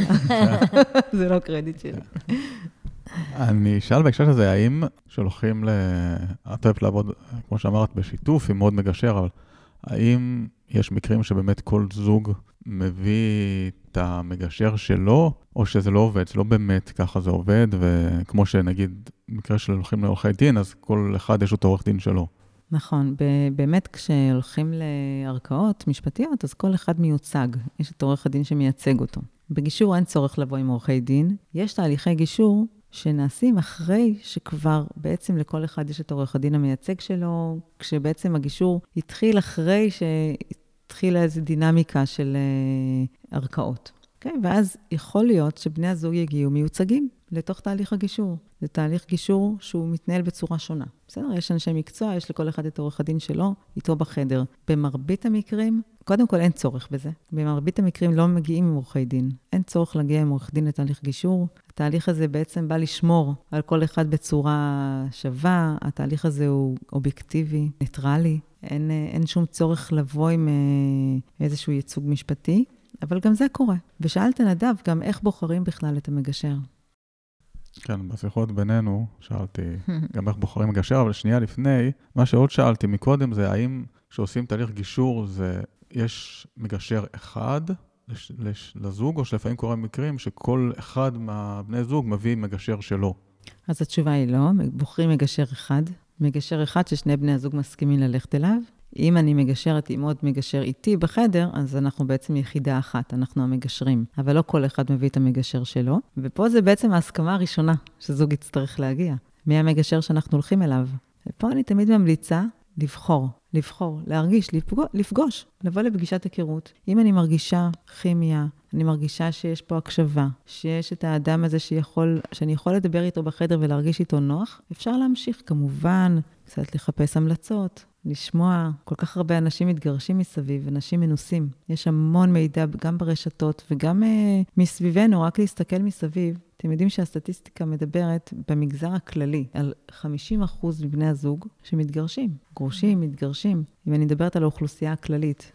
זה לא קרדיט שלי. אני אשאל בהקשר הזה, האם שהולכים את אוהבת לעבוד, כמו שאמרת, בשיתוף עם מאוד מגשר, אבל האם יש מקרים שבאמת כל זוג מביא את המגשר שלו, או שזה לא עובד, זה לא באמת ככה זה עובד, וכמו שנגיד, במקרה של הולכים לעורכי דין, אז כל אחד יש אותו עורך דין שלו. נכון, באמת כשהולכים לערכאות משפטיות, אז כל אחד מיוצג, יש את עורך הדין שמייצג אותו. בגישור אין צורך לבוא עם עורכי דין, יש תהליכי גישור שנעשים אחרי שכבר בעצם לכל אחד יש את עורך הדין המייצג שלו, כשבעצם הגישור התחיל אחרי שהתחילה איזו דינמיקה של ערכאות. Okay? ואז יכול להיות שבני הזוג יגיעו מיוצגים לתוך תהליך הגישור. זה תהליך גישור שהוא מתנהל בצורה שונה. בסדר? יש אנשי מקצוע, יש לכל אחד את עורך הדין שלו, איתו בחדר. במרבית המקרים, קודם כל אין צורך בזה. במרבית המקרים לא מגיעים עם עורכי דין. אין צורך להגיע עם עורך דין לתהליך גישור. התהליך הזה בעצם בא לשמור על כל אחד בצורה שווה. התהליך הזה הוא אובייקטיבי, ניטרלי. אין שום צורך לבוא עם איזשהו ייצוג משפטי. אבל גם זה קורה. ושאלת נדב גם איך בוחרים בכלל את המגשר. כן, בשיחות בינינו שאלתי גם איך בוחרים מגשר, אבל שנייה לפני, מה שעוד שאלתי מקודם זה האם כשעושים תהליך גישור, יש מגשר אחד לזוג, או שלפעמים קורה מקרים שכל אחד מהבני זוג מביא מגשר שלו. אז התשובה היא לא, בוחרים מגשר אחד ששני בני הזוג מסכימים ללכת אליו. אם אני מגשרת עם עוד מגשר איתי בחדר, אז אנחנו בעצם יחידה אחת, אנחנו המגשרים. אבל לא כל אחד מביא את המגשר שלו. ופה זה בעצם ההסכמה הראשונה שזוג יצטרך להגיע. מי המגשר שאנחנו הולכים אליו? ופה אני תמיד ממליצה לבחור, להרגיש, לפגוש, לבוא לפגישת היכרות. אם אני מרגישה כימיה, אני מרגישה שיש פה הקשבה, שיש את האדם הזה שאני יכול לדבר איתו בחדר ולהרגיש איתו נוח, אפשר להמשיך כמובן, קצת לחפש המלצות, לשמוע. כל כך הרבה אנשים מתגרשים מסביב, אנשים מנוסים. יש המון מידע גם ברשתות וגם מסביבנו, רק להסתכל מסביב. אתם יודעים שהסטטיסטיקה מדברת במגזר הכללי על 50% מבני הזוג שמתגרשים. גרושים, מתגרשים. אם אני מדברת על האוכלוסייה הכללית,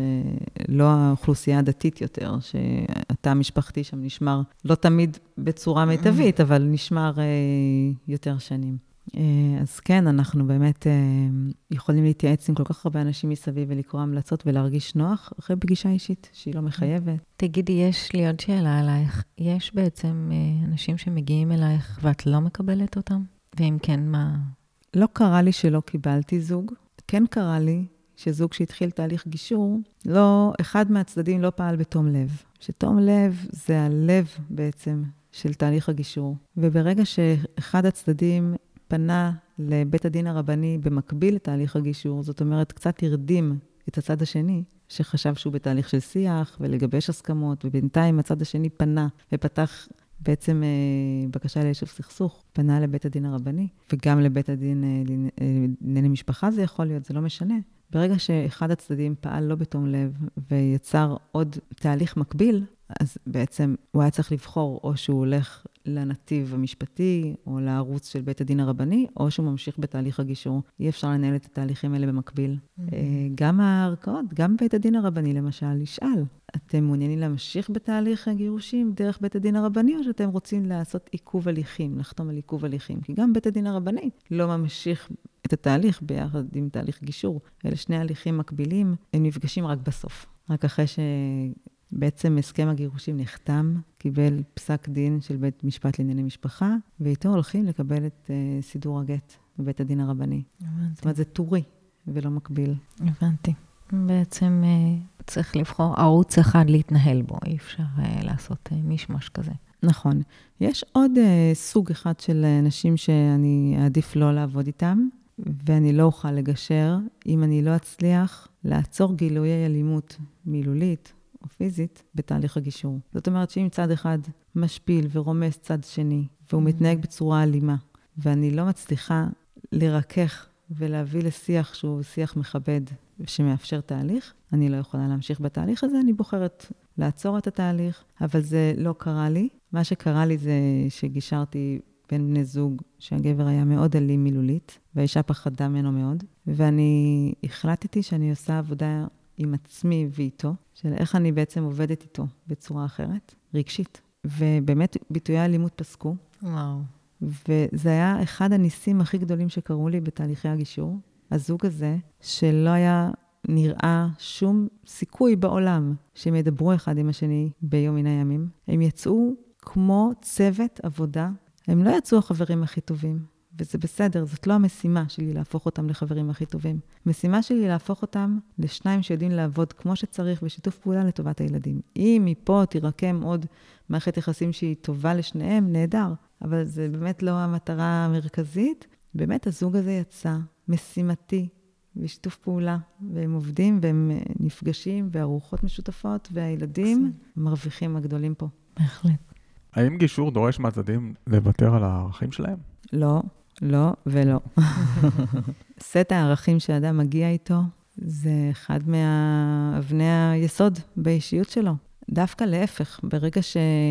שלא האוכלוסייה הדתית יותר, שהתא המשפחתי שם נשמר לא תמיד בצורה מיטבית, אבל נשמר יותר שנים. אז כן, אנחנו באמת יכולים להתייעץ עם כל כך הרבה אנשים מסביב ולקרוא המלצות ולהרגיש נוח אחרי פגישה אישית שהיא לא מחייבת. תגידי, יש לי עוד שאלה עלייך. יש בעצם אנשים שמגיעים אלייך ואת לא מקבלת אותם? ואם כן, מה? לא קרה לי שלא קיבלתי זוג. כן קרה לי שזוג שהתחיל תהליך גישור, אחד מהצדדים לא פעל בתום לב. שתום לב זה הלב בעצם של תהליך הגישור. וברגע שאחד הצדדים פנה לבית הדין הרבני במקביל לתהליך הגישור, זאת אומרת, קצת הרדים את הצד השני, שחשב שהוא בתהליך של שיח ולגבש הסכמות, ובינתיים הצד השני פנה ופתח בעצם בקשה ליישוב סכסוך, פנה לבית הדין הרבני, וגם לבית הדין לענייני משפחה זה יכול להיות, זה לא משנה. ברגע שאחד הצדדים פעל לא בתום לב ויצר עוד תהליך מקביל, אז בעצם הוא היה צריך לבחור או שהוא הולך לנתיב המשפטי או לערוץ של בית הדין הרבני, או שהוא ממשיך בתהליך הגישור. אי אפשר לנהל את התהליכים האלה במקביל. גם הערכאות, גם בית הדין הרבני למשל, ישאל, אתם מעוניינים להמשיך בתהליך הגירושים דרך בית הדין הרבני, או שאתם רוצים לעשות עיכוב הליכים, לחתום על עיכוב הליכים? כי גם בית הדין הרבני לא ממשיך את התהליך ביחד עם תהליך גישור. אלה שני הליכים מקבילים, הם נפגשים רק בסוף. רק אחרי שבעצם הסכם הגירושים נחתם, קיבל פסק דין של בית משפט לענייני משפחה, ואיתו הולכים לקבל את סידור הגט בבית הדין הרבני. הבנתי. זאת אומרת, זה טורי ולא מקביל. הבנתי. בעצם צריך לבחור ערוץ אחד להתנהל בו, אי אפשר לעשות מישמש כזה. נכון. יש עוד סוג אחד של אנשים שאני אעדיף לא לעבוד איתם, ואני לא אוכל לגשר אם אני לא אצליח לעצור גילויי אלימות מילולית או פיזית בתהליך הגישור. זאת אומרת שאם צד אחד משפיל ורומס צד שני, והוא מתנהג בצורה אלימה, ואני לא מצליחה לרכך ולהביא לשיח שהוא שיח מכבד שמאפשר תהליך, אני לא יכולה להמשיך בתהליך הזה, אני בוחרת לעצור את התהליך, אבל זה לא קרה לי. מה שקרה לי זה שגישרתי בין בני זוג שהגבר היה מאוד אלים מילולית, והאישה פחדה ממנו מאוד, ואני החלטתי שאני עושה עבודה עם עצמי ואיתו, של איך אני בעצם עובדת איתו בצורה אחרת, רגשית. ובאמת ביטויי האלימות פסקו. וואו. וזה היה אחד הניסים הכי גדולים שקרו לי בתהליכי הגישור. הזוג הזה, שלא היה נראה שום סיכוי בעולם שהם ידברו אחד עם השני ביום מן הימים. הם יצאו כמו צוות עבודה. הם לא יצאו החברים הכי טובים, וזה בסדר, זאת לא המשימה שלי להפוך אותם לחברים הכי טובים. המשימה שלי להפוך אותם לשניים שיודעים לעבוד כמו שצריך בשיתוף פעולה לטובת הילדים. אם מפה תירקם עוד מערכת יחסים שהיא טובה לשניהם, נהדר, אבל זה באמת לא המטרה המרכזית. באמת הזוג הזה יצא משימתי בשיתוף פעולה, והם עובדים והם נפגשים וארוחות משותפות, והילדים מרוויחים הגדולים פה. בהחלט. האם גישור דורש מהצדדים לוותר על הערכים שלהם? לא, לא ולא. סט הערכים שאדם מגיע איתו, זה אחד מאבני היסוד באישיות שלו. דווקא להפך, ברגע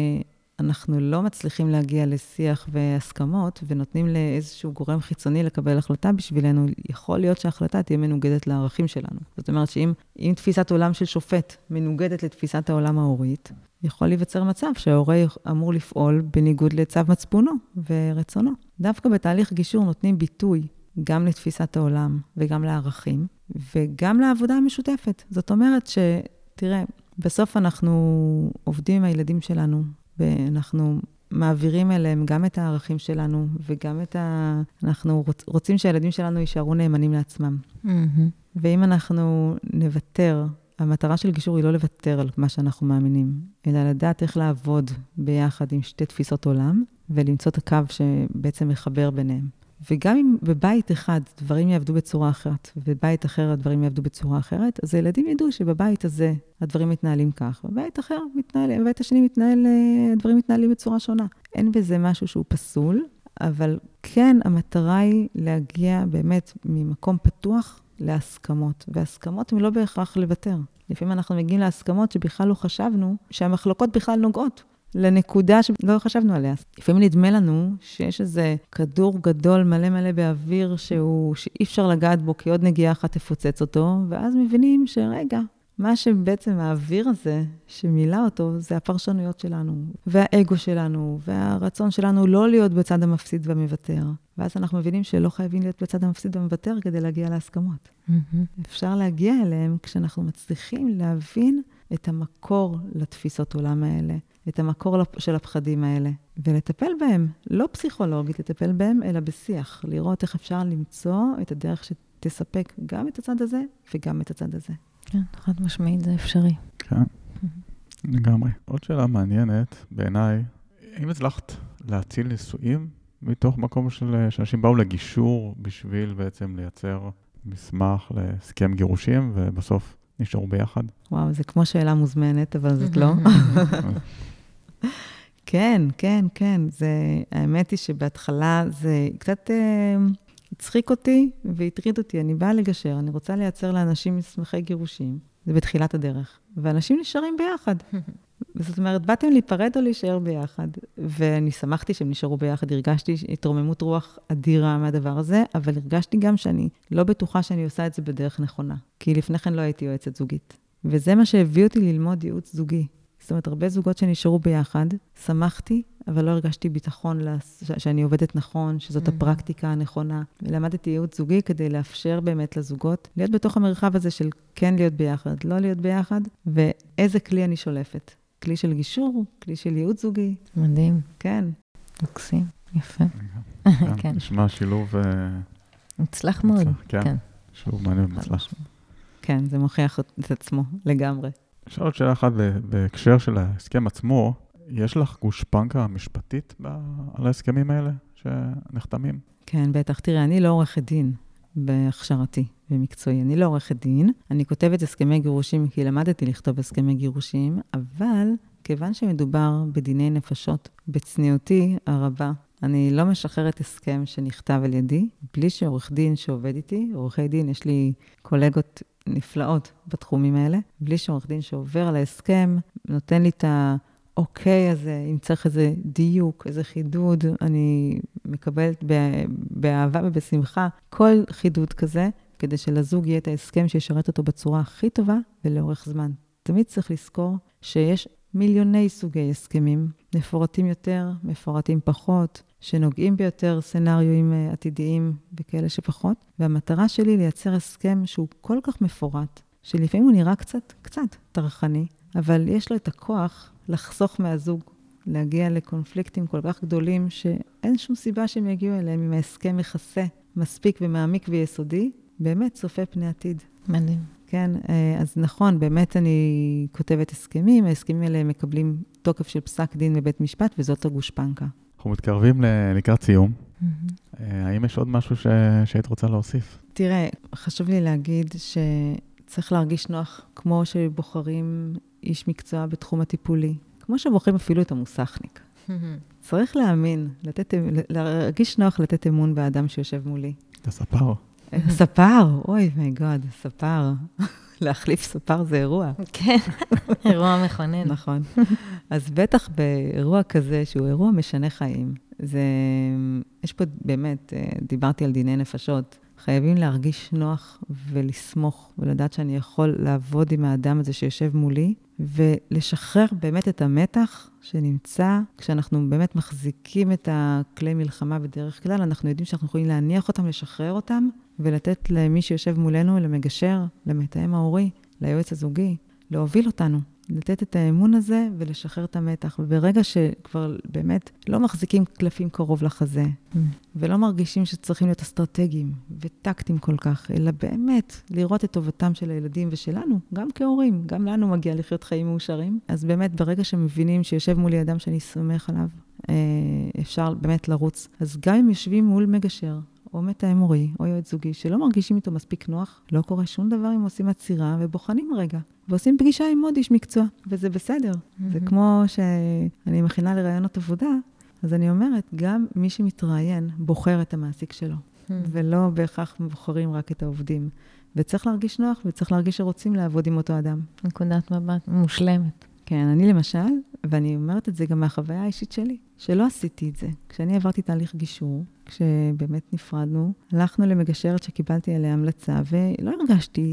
שאנחנו לא מצליחים להגיע לשיח והסכמות, ונותנים לאיזשהו גורם חיצוני לקבל החלטה בשבילנו, יכול להיות שההחלטה תהיה מנוגדת לערכים שלנו. זאת אומרת שאם תפיסת עולם של שופט מנוגדת לתפיסת העולם ההורית, יכול להיווצר מצב שההורה אמור לפעול בניגוד לצו מצפונו ורצונו. דווקא בתהליך גישור נותנים ביטוי גם לתפיסת העולם וגם לערכים, וגם לעבודה המשותפת. זאת אומרת תראה, בסוף אנחנו עובדים עם הילדים שלנו, ואנחנו מעבירים אליהם גם את הערכים שלנו, וגם אנחנו רוצים שהילדים שלנו יישארו נאמנים לעצמם. ואם אנחנו נוותר, המטרה של גישור היא לא לוותר על מה שאנחנו מאמינים, אלא לדעת איך לעבוד ביחד עם שתי תפיסות עולם, ולמצוא את הקו שבעצם מחבר ביניהם. וגם אם בבית אחד דברים יעבדו בצורה אחרת, ובבית אחר הדברים יעבדו בצורה אחרת, אז הילדים ידעו שבבית הזה הדברים מתנהלים כך, ובבית אחר בבית השני הדברים מתנהלים בצורה שונה. אין בזה משהו שהוא פסול, אבל כן המטרה היא להגיע באמת ממקום פתוח להסכמות, והסכמות הן לא בהכרח לוותר. לפעמים אנחנו מגיעים להסכמות שבכלל לא חשבנו, שהמחלוקות בכלל נוגעות. לנקודה שלא חשבנו עליה. לפעמים נדמה לנו שיש איזה כדור גדול מלא מלא באוויר שאי אפשר לגעת בו, כי עוד נגיעה אחת תפוצץ אותו, ואז מבינים שרגע, מה שבעצם האוויר הזה שמילא אותו, זה הפרשנויות שלנו, והאגו שלנו, והרצון שלנו לא להיות בצד המפסיד והמוותר. ואז אנחנו מבינים שלא חייבים להיות בצד המפסיד והמוותר כדי להגיע להסכמות. אפשר להגיע אליהם כשאנחנו מצליחים להבין את המקור לתפיסות עולם האלה, את המקור של הפחדים האלה, ולטפל בהם, לא פסיכולוגית לטפל בהם, אלא בשיח, לראות איך אפשר למצוא את הדרך שתספק גם את הצד הזה וגם את הצד הזה. כן, חד משמעית, זה אפשרי. כן, לגמרי. עוד שאלה מעניינת בעיניי, אם הצלחת להציל נישואים מתוך מקום שאנשים באו לגישור בשביל בעצם לייצר מסמך להסכם גירושים, ובסוף נשארו ביחד? וואו, זה כמו שאלה מוזמנת, אבל זאת לא. כן, כן, כן. האמת היא שבהתחלה זה קצת הצחיק אותי והטריד אותי. אני באה לגשר, אני רוצה לייצר לאנשים מסמכי גירושים. זה בתחילת הדרך. ואנשים נשארים ביחד. זאת אומרת, באתם להיפרד או להישאר ביחד. ואני שמחתי שהם נשארו ביחד. הרגשתי התרוממות רוח אדירה מהדבר הזה, אבל הרגשתי גם שאני לא בטוחה שאני עושה את זה בדרך נכונה. כי לפני כן לא הייתי יועצת זוגית. וזה מה שהביא אותי ללמוד ייעוץ זוגי. זאת אומרת, הרבה זוגות שנשארו ביחד, שמחתי, אבל לא הרגשתי ביטחון שאני עובדת נכון, שזאת הפרקטיקה הנכונה. ולמדתי ייעוץ זוגי כדי לאפשר באמת לזוגות, להיות בתוך המרחב הזה של כן להיות ביחד, לא להיות ביחד, ואיזה כלי אני שולפת. כלי של גישור, כלי של ייעוץ זוגי. מדהים. כן. מקסים, יפה. כן, נשמע שילוב... מצלח מאוד. כן, שילוב מעניין ומצלח. כן, זה מוכיח את עצמו לגמרי. יש עוד שאלה אחת בהקשר של ההסכם עצמו, יש לך גושפנקה משפטית על ההסכמים האלה שנחתמים? כן, בטח. תראה, אני לא עורכת דין בהכשרתי ומקצועי. אני לא עורכת דין. אני כותבת הסכמי גירושים כי למדתי לכתוב הסכמי גירושים, אבל כיוון שמדובר בדיני נפשות, בצניעותי הרבה, אני לא משחררת הסכם שנכתב על ידי, בלי שעורך דין שעובד איתי, עורכי דין, יש לי קולגות נפלאות בתחומים האלה, בלי שעורך דין שעובר על ההסכם, נותן לי את האוקיי הזה, אם צריך איזה דיוק, איזה חידוד, אני מקבלת באהבה ובשמחה כל חידוד כזה, כדי שלזוג יהיה את ההסכם שישרת אותו בצורה הכי טובה ולאורך זמן. תמיד צריך לזכור שיש מיליוני סוגי הסכמים, מפורטים יותר, מפורטים פחות, שנוגעים ביותר סנריואים עתידיים וכאלה שפחות, והמטרה שלי לייצר הסכם שהוא כל כך מפורט, שלפעמים הוא נראה קצת טרחני, אבל יש לו את הכוח לחסוך מהזוג, להגיע לקונפליקטים כל כך גדולים, שאין שום סיבה שהם יגיעו אליהם, אם ההסכם מכסה מספיק ומעמיק ויסודי, באמת צופה פני עתיד. מדהים. כן, אז נכון, באמת אני כותבת הסכמים, ההסכמים האלה מקבלים תוקף של פסק דין בבית משפט, וזאת הגושפנקה. אנחנו מתקרבים לקראת סיום. האם יש עוד משהו שהיית רוצה להוסיף? תראה, חשוב לי להגיד שצריך להרגיש נוח, כמו שבוחרים איש מקצוע בתחום הטיפולי, כמו שבוחרים אפילו את המוסכניק. צריך להאמין, להרגיש נוח לתת אמון באדם שיושב מולי. את הספר. ספר, אוי מי גוד, ספר. להחליף ספר זה אירוע. כן, אירוע מכונן. נכון. אז בטח באירוע כזה, שהוא אירוע משנה חיים, יש פה באמת, דיברתי על דיני נפשות, חייבים להרגיש נוח ולסמוך, ולדעת שאני יכול לעבוד עם האדם הזה שיושב מולי, ולשחרר באמת את המתח שנמצא, כשאנחנו באמת מחזיקים את הכלי מלחמה בדרך כלל, אנחנו יודעים שאנחנו יכולים להניח אותם, לשחרר אותם, ולתת למי שיושב מולנו, למגשר, למתאם ההורי, ליועץ הזוגי, להוביל אותנו, לתת את האמון הזה ולשחרר את המתח. וברגע שכבר באמת לא מחזיקים קלפים קרוב לחזה, ולא מרגישים שצריכים להיות אסטרטגיים וטקטיים כל כך, אלא באמת לראות את טובתם של הילדים ושלנו, גם כהורים, גם לנו מגיע לחיות חיים מאושרים. אז באמת ברגע שמבינים שיושב מולי אדם שאני סומך עליו, אפשר באמת לרוץ. אז גם אם יושבים מול מגשר, או מתאם הורי, או יועץ זוגי, שלא מרגישים איתו מספיק נוח, לא קורה שום דבר אם עושים עצירה ובוחנים רגע. ועושים פגישה עם עוד איש מקצוע, וזה בסדר. זה כמו שאני מכינה לרעיונות עבודה, אז אני אומרת, גם מי שמתראיין בוחר את המעסיק שלו, ולא בהכרח בוחרים רק את העובדים. וצריך להרגיש נוח, וצריך להרגיש שרוצים לעבוד עם אותו אדם. נקודת מבט מושלמת. כן, אני למשל, ואני אומרת את זה גם מהחוויה האישית שלי, שלא עשיתי את זה. כשאני עברתי תהליך גישור, כשבאמת נפרדנו, הלכנו למגשרת שקיבלתי עליה המלצה, ולא הרגשתי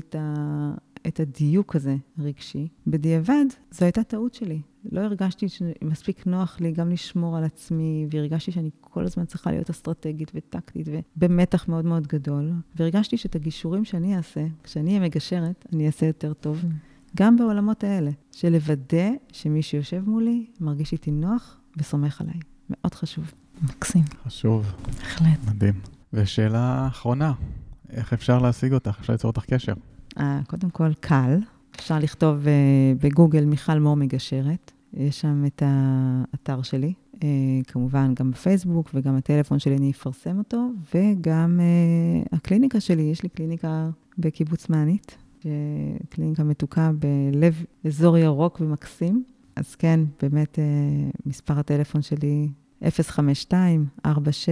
את הדיוק הזה הרגשי. בדיעבד, זו הייתה טעות שלי. לא הרגשתי שמספיק נוח לי גם לשמור על עצמי, והרגשתי שאני כל הזמן צריכה להיות אסטרטגית וטקטית, ובמתח מאוד מאוד גדול. והרגשתי שאת הגישורים שאני אעשה, כשאני אהיה מגשרת, אני אעשה יותר טוב. גם בעולמות האלה, שלוודא שמי שיושב מולי מרגיש איתי נוח וסומך עליי. מאוד חשוב. מקסים. חשוב. בהחלט. מדהים. ושאלה אחרונה, איך אפשר להשיג אותך? אפשר ליצור אותך קשר? קודם כל, קל. אפשר לכתוב בגוגל מיכל מור מגשרת. יש שם את האתר שלי. כמובן, גם בפייסבוק וגם הטלפון שלי אני אפרסם אותו. וגם הקליניקה שלי, יש לי קליניקה בקיבוץ מענית. קליניקה מתוקה בלב אזור ירוק ומקסים. אז כן, באמת מספר הטלפון שלי 052-46-77-931.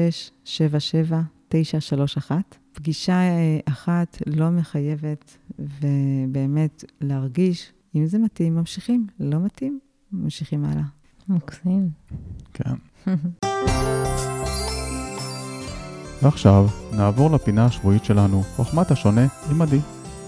פגישה אחת לא מחייבת, ובאמת להרגיש, אם זה מתאים, ממשיכים. לא מתאים, ממשיכים הלאה. מקסים. כן. ועכשיו נעבור לפינה השבועית שלנו, חוכמת השונה עם עדי.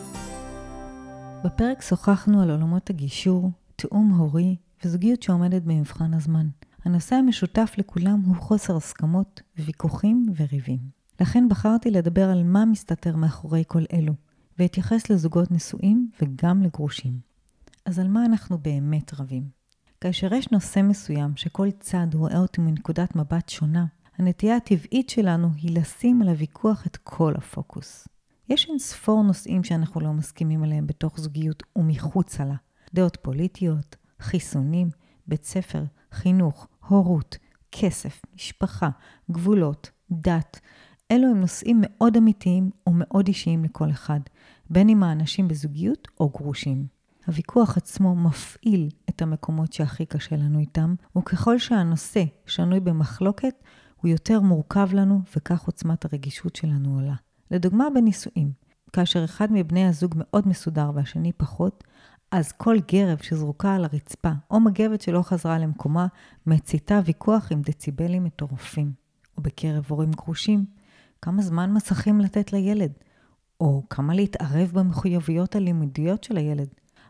בפרק שוחחנו על עולמות הגישור, תאום הורי וזוגיות שעומדת במבחן הזמן. הנושא המשותף לכולם הוא חוסר הסכמות, ויכוחים וריבים. לכן בחרתי לדבר על מה מסתתר מאחורי כל אלו, והתייחס לזוגות נשואים וגם לגרושים. אז על מה אנחנו באמת רבים? כאשר יש נושא מסוים שכל צד רואה אותו מנקודת מבט שונה, הנטייה הטבעית שלנו היא לשים על הוויכוח את כל הפוקוס. יש אין ספור נושאים שאנחנו לא מסכימים עליהם בתוך זוגיות ומחוצה לה. דעות פוליטיות, חיסונים, בית ספר, חינוך, הורות, כסף, משפחה, גבולות, דת. אלו הם נושאים מאוד אמיתיים ומאוד אישיים לכל אחד, בין אם האנשים בזוגיות או גרושים. הוויכוח עצמו מפעיל את המקומות שהכי קשה לנו איתם, וככל שהנושא שנוי במחלוקת, הוא יותר מורכב לנו וכך עוצמת הרגישות שלנו עולה. לדוגמה בנישואים, כאשר אחד מבני הזוג מאוד מסודר והשני פחות, אז כל גרב שזרוקה על הרצפה או מגבת שלא חזרה למקומה מציתה ויכוח עם דציבלים מטורפים. או בקרב הורים גרושים, כמה זמן מסכים לתת לילד, או כמה להתערב במחויבויות הלימודיות של הילד.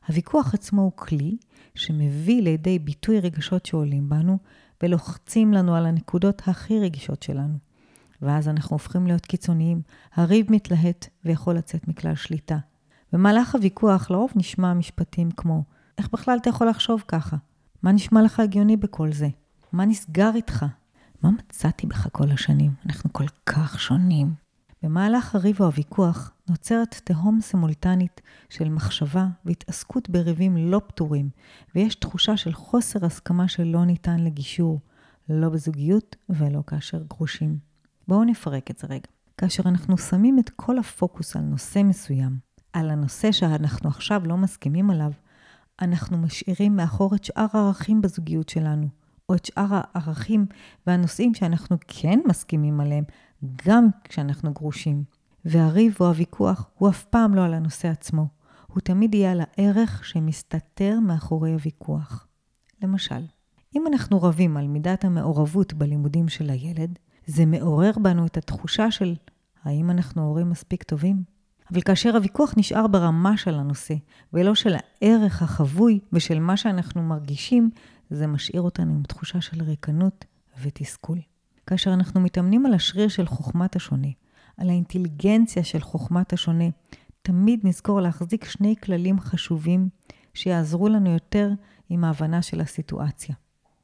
הוויכוח עצמו הוא כלי שמביא לידי ביטוי רגשות שעולים בנו, ולוחצים לנו על הנקודות הכי רגישות שלנו. ואז אנחנו הופכים להיות קיצוניים, הריב מתלהט ויכול לצאת מכלל שליטה. במהלך הוויכוח לרוב נשמע משפטים כמו, איך בכלל אתה יכול לחשוב ככה? מה נשמע לך הגיוני בכל זה? מה נסגר איתך? מה מצאתי בך כל השנים? אנחנו כל כך שונים. במהלך הריב או הוויכוח נוצרת תהום סימולטנית של מחשבה והתעסקות בריבים לא פתורים, ויש תחושה של חוסר הסכמה שלא ניתן לגישור, לא בזוגיות ולא כאשר גרושים. בואו נפרק את זה רגע. כאשר אנחנו שמים את כל הפוקוס על נושא מסוים, על הנושא שאנחנו עכשיו לא מסכימים עליו, אנחנו משאירים מאחור את שאר הערכים בזוגיות שלנו, או את שאר הערכים והנושאים שאנחנו כן מסכימים עליהם, גם כשאנחנו גרושים. והריב או הוויכוח הוא אף פעם לא על הנושא עצמו, הוא תמיד יהיה על הערך שמסתתר מאחורי הוויכוח. למשל, אם אנחנו רבים על מידת המעורבות בלימודים של הילד, זה מעורר בנו את התחושה של האם אנחנו הורים מספיק טובים? אבל כאשר הוויכוח נשאר ברמה של הנושא, ולא של הערך החבוי ושל מה שאנחנו מרגישים, זה משאיר אותנו עם תחושה של ריקנות ותסכול. כאשר אנחנו מתאמנים על השריר של חוכמת השונה, על האינטליגנציה של חוכמת השונה, תמיד נזכור להחזיק שני כללים חשובים שיעזרו לנו יותר עם ההבנה של הסיטואציה.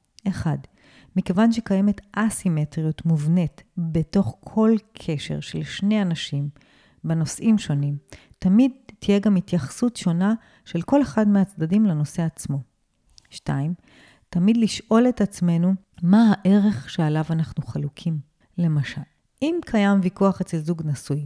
1. מכיוון שקיימת אסימטריות מובנית בתוך כל קשר של שני אנשים בנושאים שונים, תמיד תהיה גם התייחסות שונה של כל אחד מהצדדים לנושא עצמו. 2. תמיד לשאול את עצמנו מה הערך שעליו אנחנו חלוקים. למשל, אם קיים ויכוח אצל זוג נשוי,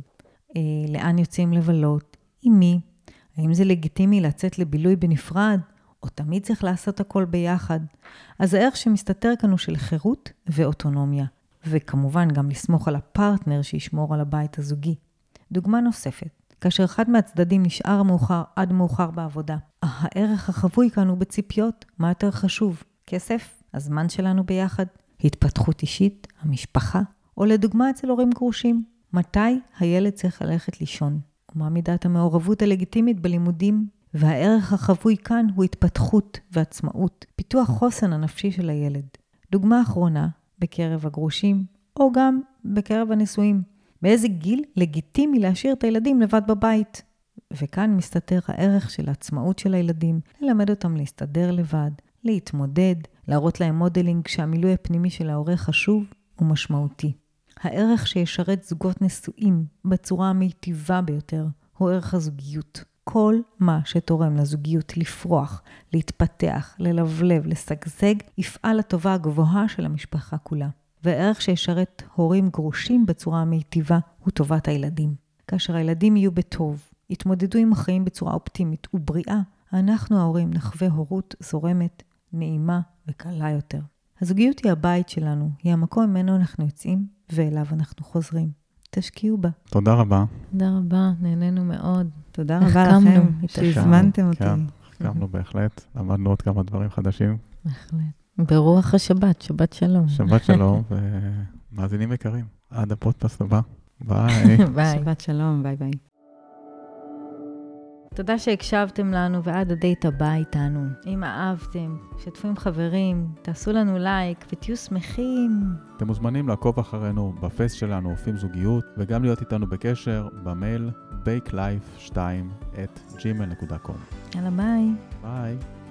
לאן יוצאים לבלות, עם מי, האם זה לגיטימי לצאת לבילוי בנפרד, או תמיד צריך לעשות הכל ביחד, אז הערך שמסתתר כאן הוא של חירות ואוטונומיה, וכמובן גם לסמוך על הפרטנר שישמור על הבית הזוגי. דוגמה נוספת, כאשר אחד מהצדדים נשאר עד מאוחר בעבודה, הערך החבוי כאן הוא בציפיות, מה יותר חשוב? כסף, הזמן שלנו ביחד, התפתחות אישית, המשפחה, או לדוגמה אצל הורים גרושים, מתי הילד צריך ללכת לישון, ומה מידת המעורבות הלגיטימית בלימודים, והערך החבוי כאן הוא התפתחות ועצמאות, פיתוח חוסן הנפשי של הילד. דוגמה אחרונה, בקרב הגרושים, או גם בקרב הנשואים, באיזה גיל לגיטימי להשאיר את הילדים לבד בבית. וכאן מסתתר הערך של העצמאות של הילדים, ללמד אותם להסתדר לבד, להתמודד, להראות להם מודלינג שהמילוי הפנימי של ההורה חשוב ומשמעותי. הערך שישרת זוגות נשואים בצורה המיטיבה ביותר הוא ערך הזוגיות. כל מה שתורם לזוגיות לפרוח, להתפתח, ללבלב, לשגשג, יפעל לטובה הגבוהה של המשפחה כולה. והערך שישרת הורים גרושים בצורה המיטיבה הוא טובת הילדים. כאשר הילדים יהיו בטוב, יתמודדו עם החיים בצורה אופטימית ובריאה, אנחנו ההורים נחווה הורות זורמת, נעימה וקלה יותר. הזוגיות היא הבית שלנו, היא המקום ממנו אנחנו יוצאים ואליו אנחנו חוזרים. תשקיעו בה. תודה רבה. תודה רבה, נהנינו מאוד. תודה רבה לכם שהזמנתם אותי. כן, החכמנו בהחלט. למדנו עוד כמה דברים חדשים. בהחלט. ברוח השבת, שבת שלום. שבת שלום, ומאזינים יקרים. עד הפודקאסט הבא. ביי. ביי. שבת שלום, ביי ביי. תודה שהקשבתם לנו ועד הדייט הבא איתנו. אם אהבתם, שתפו עם חברים, תעשו לנו לייק ותהיו שמחים. אתם מוזמנים לעקוב אחרינו בפייס שלנו, אופים זוגיות, וגם להיות איתנו בקשר במייל bakelife2@gmail.com. יאללה ביי. ביי.